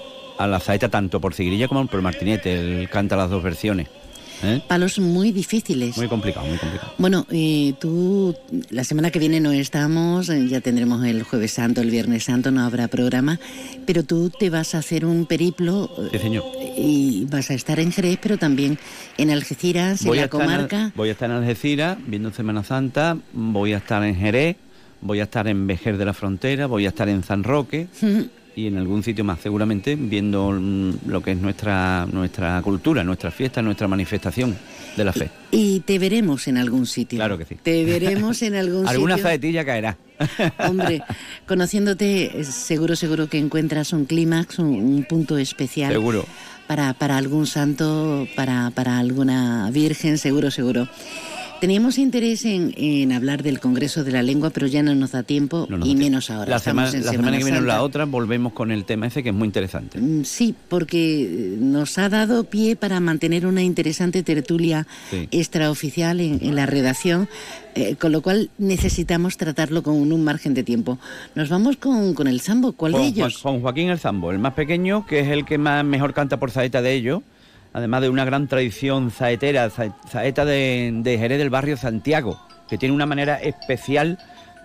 a la saeta, tanto por Sigrilla como por Martinete. Él canta las dos versiones. Palos muy difíciles. Muy complicado, muy complicado. Bueno, tú, la semana que viene no estamos, ya tendremos el Jueves Santo, el Viernes Santo, no habrá programa, pero tú te vas a hacer un periplo. Sí, señor. Y vas a estar en Jerez, pero también en Algeciras, en la comarca. Voy a estar en Algeciras, viendo Semana Santa, voy a estar en Jerez, voy a estar en Vejer de la Frontera, voy a estar en San Roque. Y en algún sitio más, seguramente, viendo lo que es nuestra cultura, nuestra fiesta, nuestra manifestación de la fe. Y te veremos en algún sitio. Claro que sí. Te veremos en algún sitio. Alguna saetilla caerá. Hombre, conociéndote, seguro que encuentras un clímax, un punto especial. Seguro. Para algún santo, para alguna virgen, seguro. Teníamos interés en hablar del Congreso de la Lengua, pero ya no nos da tiempo, y menos ahora. La semana que viene o la otra volvemos con el tema ese, que es muy interesante. Sí, porque nos ha dado pie para mantener una interesante tertulia extraoficial en la redacción, con lo cual necesitamos tratarlo con un margen de tiempo. Nos vamos con el Zambo. ¿Cuál de ellos? Con Joaquín el Zambo, el más pequeño, que es el que mejor canta por saeta de ellos. Además de una gran tradición saetera, saeta de Jerez del barrio Santiago, que tiene una manera especial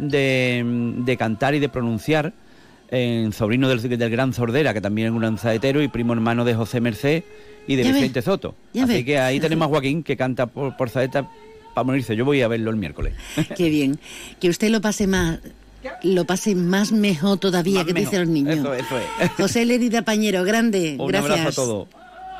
de cantar y de pronunciar, sobrino del gran Sordera, que también es un gran saetero, y primo hermano de José Merced y de Vicente Soto. Así que ahí tenemos a Joaquín, que canta por saeta para morirse. Yo voy a verlo el miércoles. Qué bien. Que usted lo pase más mejor todavía, que dicen los niños. Eso es. José Lerida Pañero, grande. Un gracias. abrazo a todos.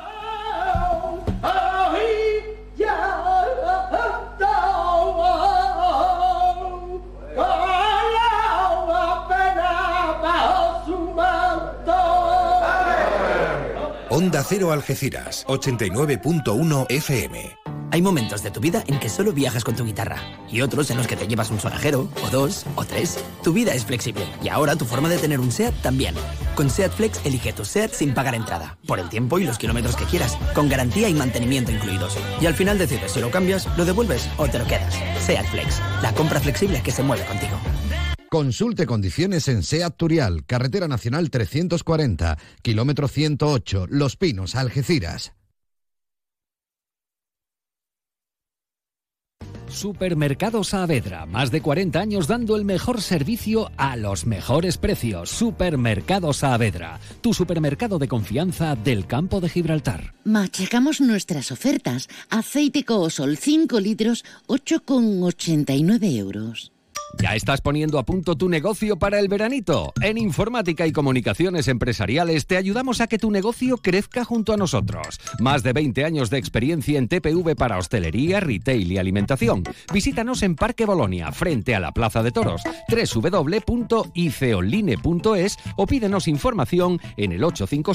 Onda Cero Algeciras, 89.1 FM. Hay momentos de tu vida en que solo viajas con tu guitarra y otros en los que te llevas un sonajero, o dos, o tres. Tu vida es flexible y ahora tu forma de tener un SEAT también. Con SEAT Flex elige tu SEAT sin pagar entrada, por el tiempo y los kilómetros que quieras, con garantía y mantenimiento incluidos. Y al final decides si lo cambias, lo devuelves o te lo quedas. SEAT Flex, la compra flexible que se mueve contigo. Consulte condiciones en SEAT Turial, Carretera Nacional 340, kilómetro 108, Los Pinos, Algeciras. Supermercado Saavedra, más de 40 años dando el mejor servicio a los mejores precios. Supermercado Saavedra, tu supermercado de confianza del campo de Gibraltar. Machacamos nuestras ofertas. Aceite Coosol 5 litros, 8,89 euros. ¿Ya estás poniendo a punto tu negocio para el veranito? En Informática y Comunicaciones Empresariales te ayudamos a que tu negocio crezca junto a nosotros. Más de 20 años de experiencia en TPV para hostelería, retail y alimentación. Visítanos en Parque Bolonia, frente a la Plaza de Toros, www.iceonline.es o pídenos información en el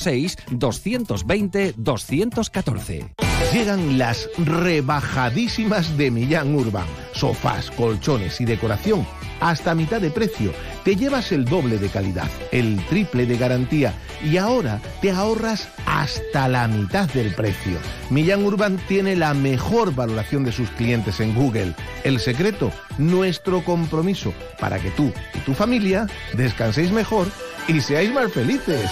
856-220-214. Llegan las rebajadísimas de Millán Urban. Sofás, colchones y decoración hasta mitad de precio. Te llevas el doble de calidad, el triple de garantía y ahora te ahorras hasta la mitad del precio. Millán Urban tiene la mejor valoración de sus clientes en Google. El secreto, nuestro compromiso para que tú y tu familia descanséis mejor y seáis más felices.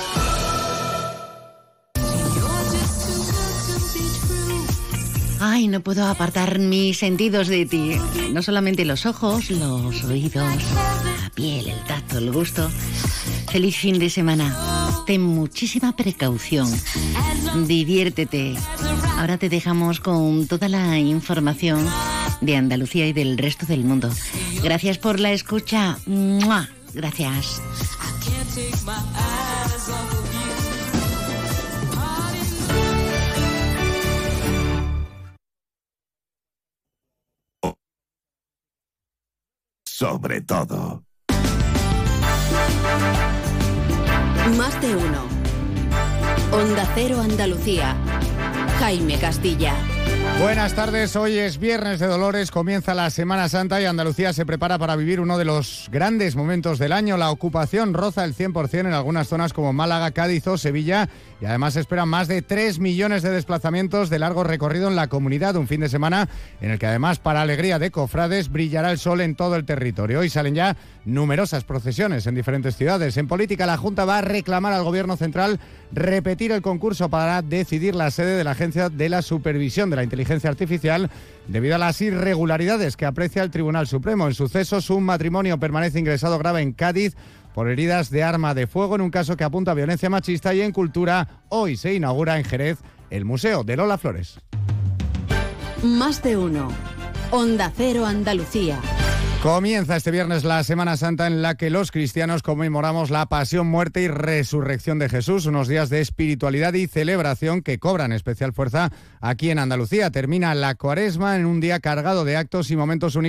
Ay, no puedo apartar mis sentidos de ti. No solamente los ojos, los oídos, la piel, el tacto, el gusto. Feliz fin de semana. Ten muchísima precaución. Diviértete. Ahora te dejamos con toda la información de Andalucía y del resto del mundo. Gracias por la escucha. ¡Mua! Gracias. Sobre todo. Más de uno. Onda Cero Andalucía. Jaime Castilla. Buenas tardes, hoy es Viernes de Dolores, comienza la Semana Santa y Andalucía se prepara para vivir uno de los grandes momentos del año. La ocupación roza el 100% en algunas zonas como Málaga, Cádiz o Sevilla y además se esperan más de 3 millones de desplazamientos de largo recorrido en la comunidad. Un fin de semana en el que además, para alegría de cofrades, brillará el sol en todo el territorio. Hoy salen ya numerosas procesiones en diferentes ciudades. En política, la Junta va a reclamar al Gobierno central repetir el concurso para decidir la sede de la Agencia de la Supervisión de la Inteligencia Artificial debido a las irregularidades que aprecia el Tribunal Supremo. En sucesos, un matrimonio permanece ingresado grave en Cádiz por heridas de arma de fuego en un caso que apunta a violencia machista. Y en cultura, hoy se inaugura en Jerez el Museo de Lola Flores. Más de uno. Onda Cero Andalucía. Comienza este viernes la Semana Santa en la que los cristianos conmemoramos la pasión, muerte y resurrección de Jesús, unos días de espiritualidad y celebración que cobran especial fuerza aquí en Andalucía. Termina la Cuaresma en un día cargado de actos y momentos únicos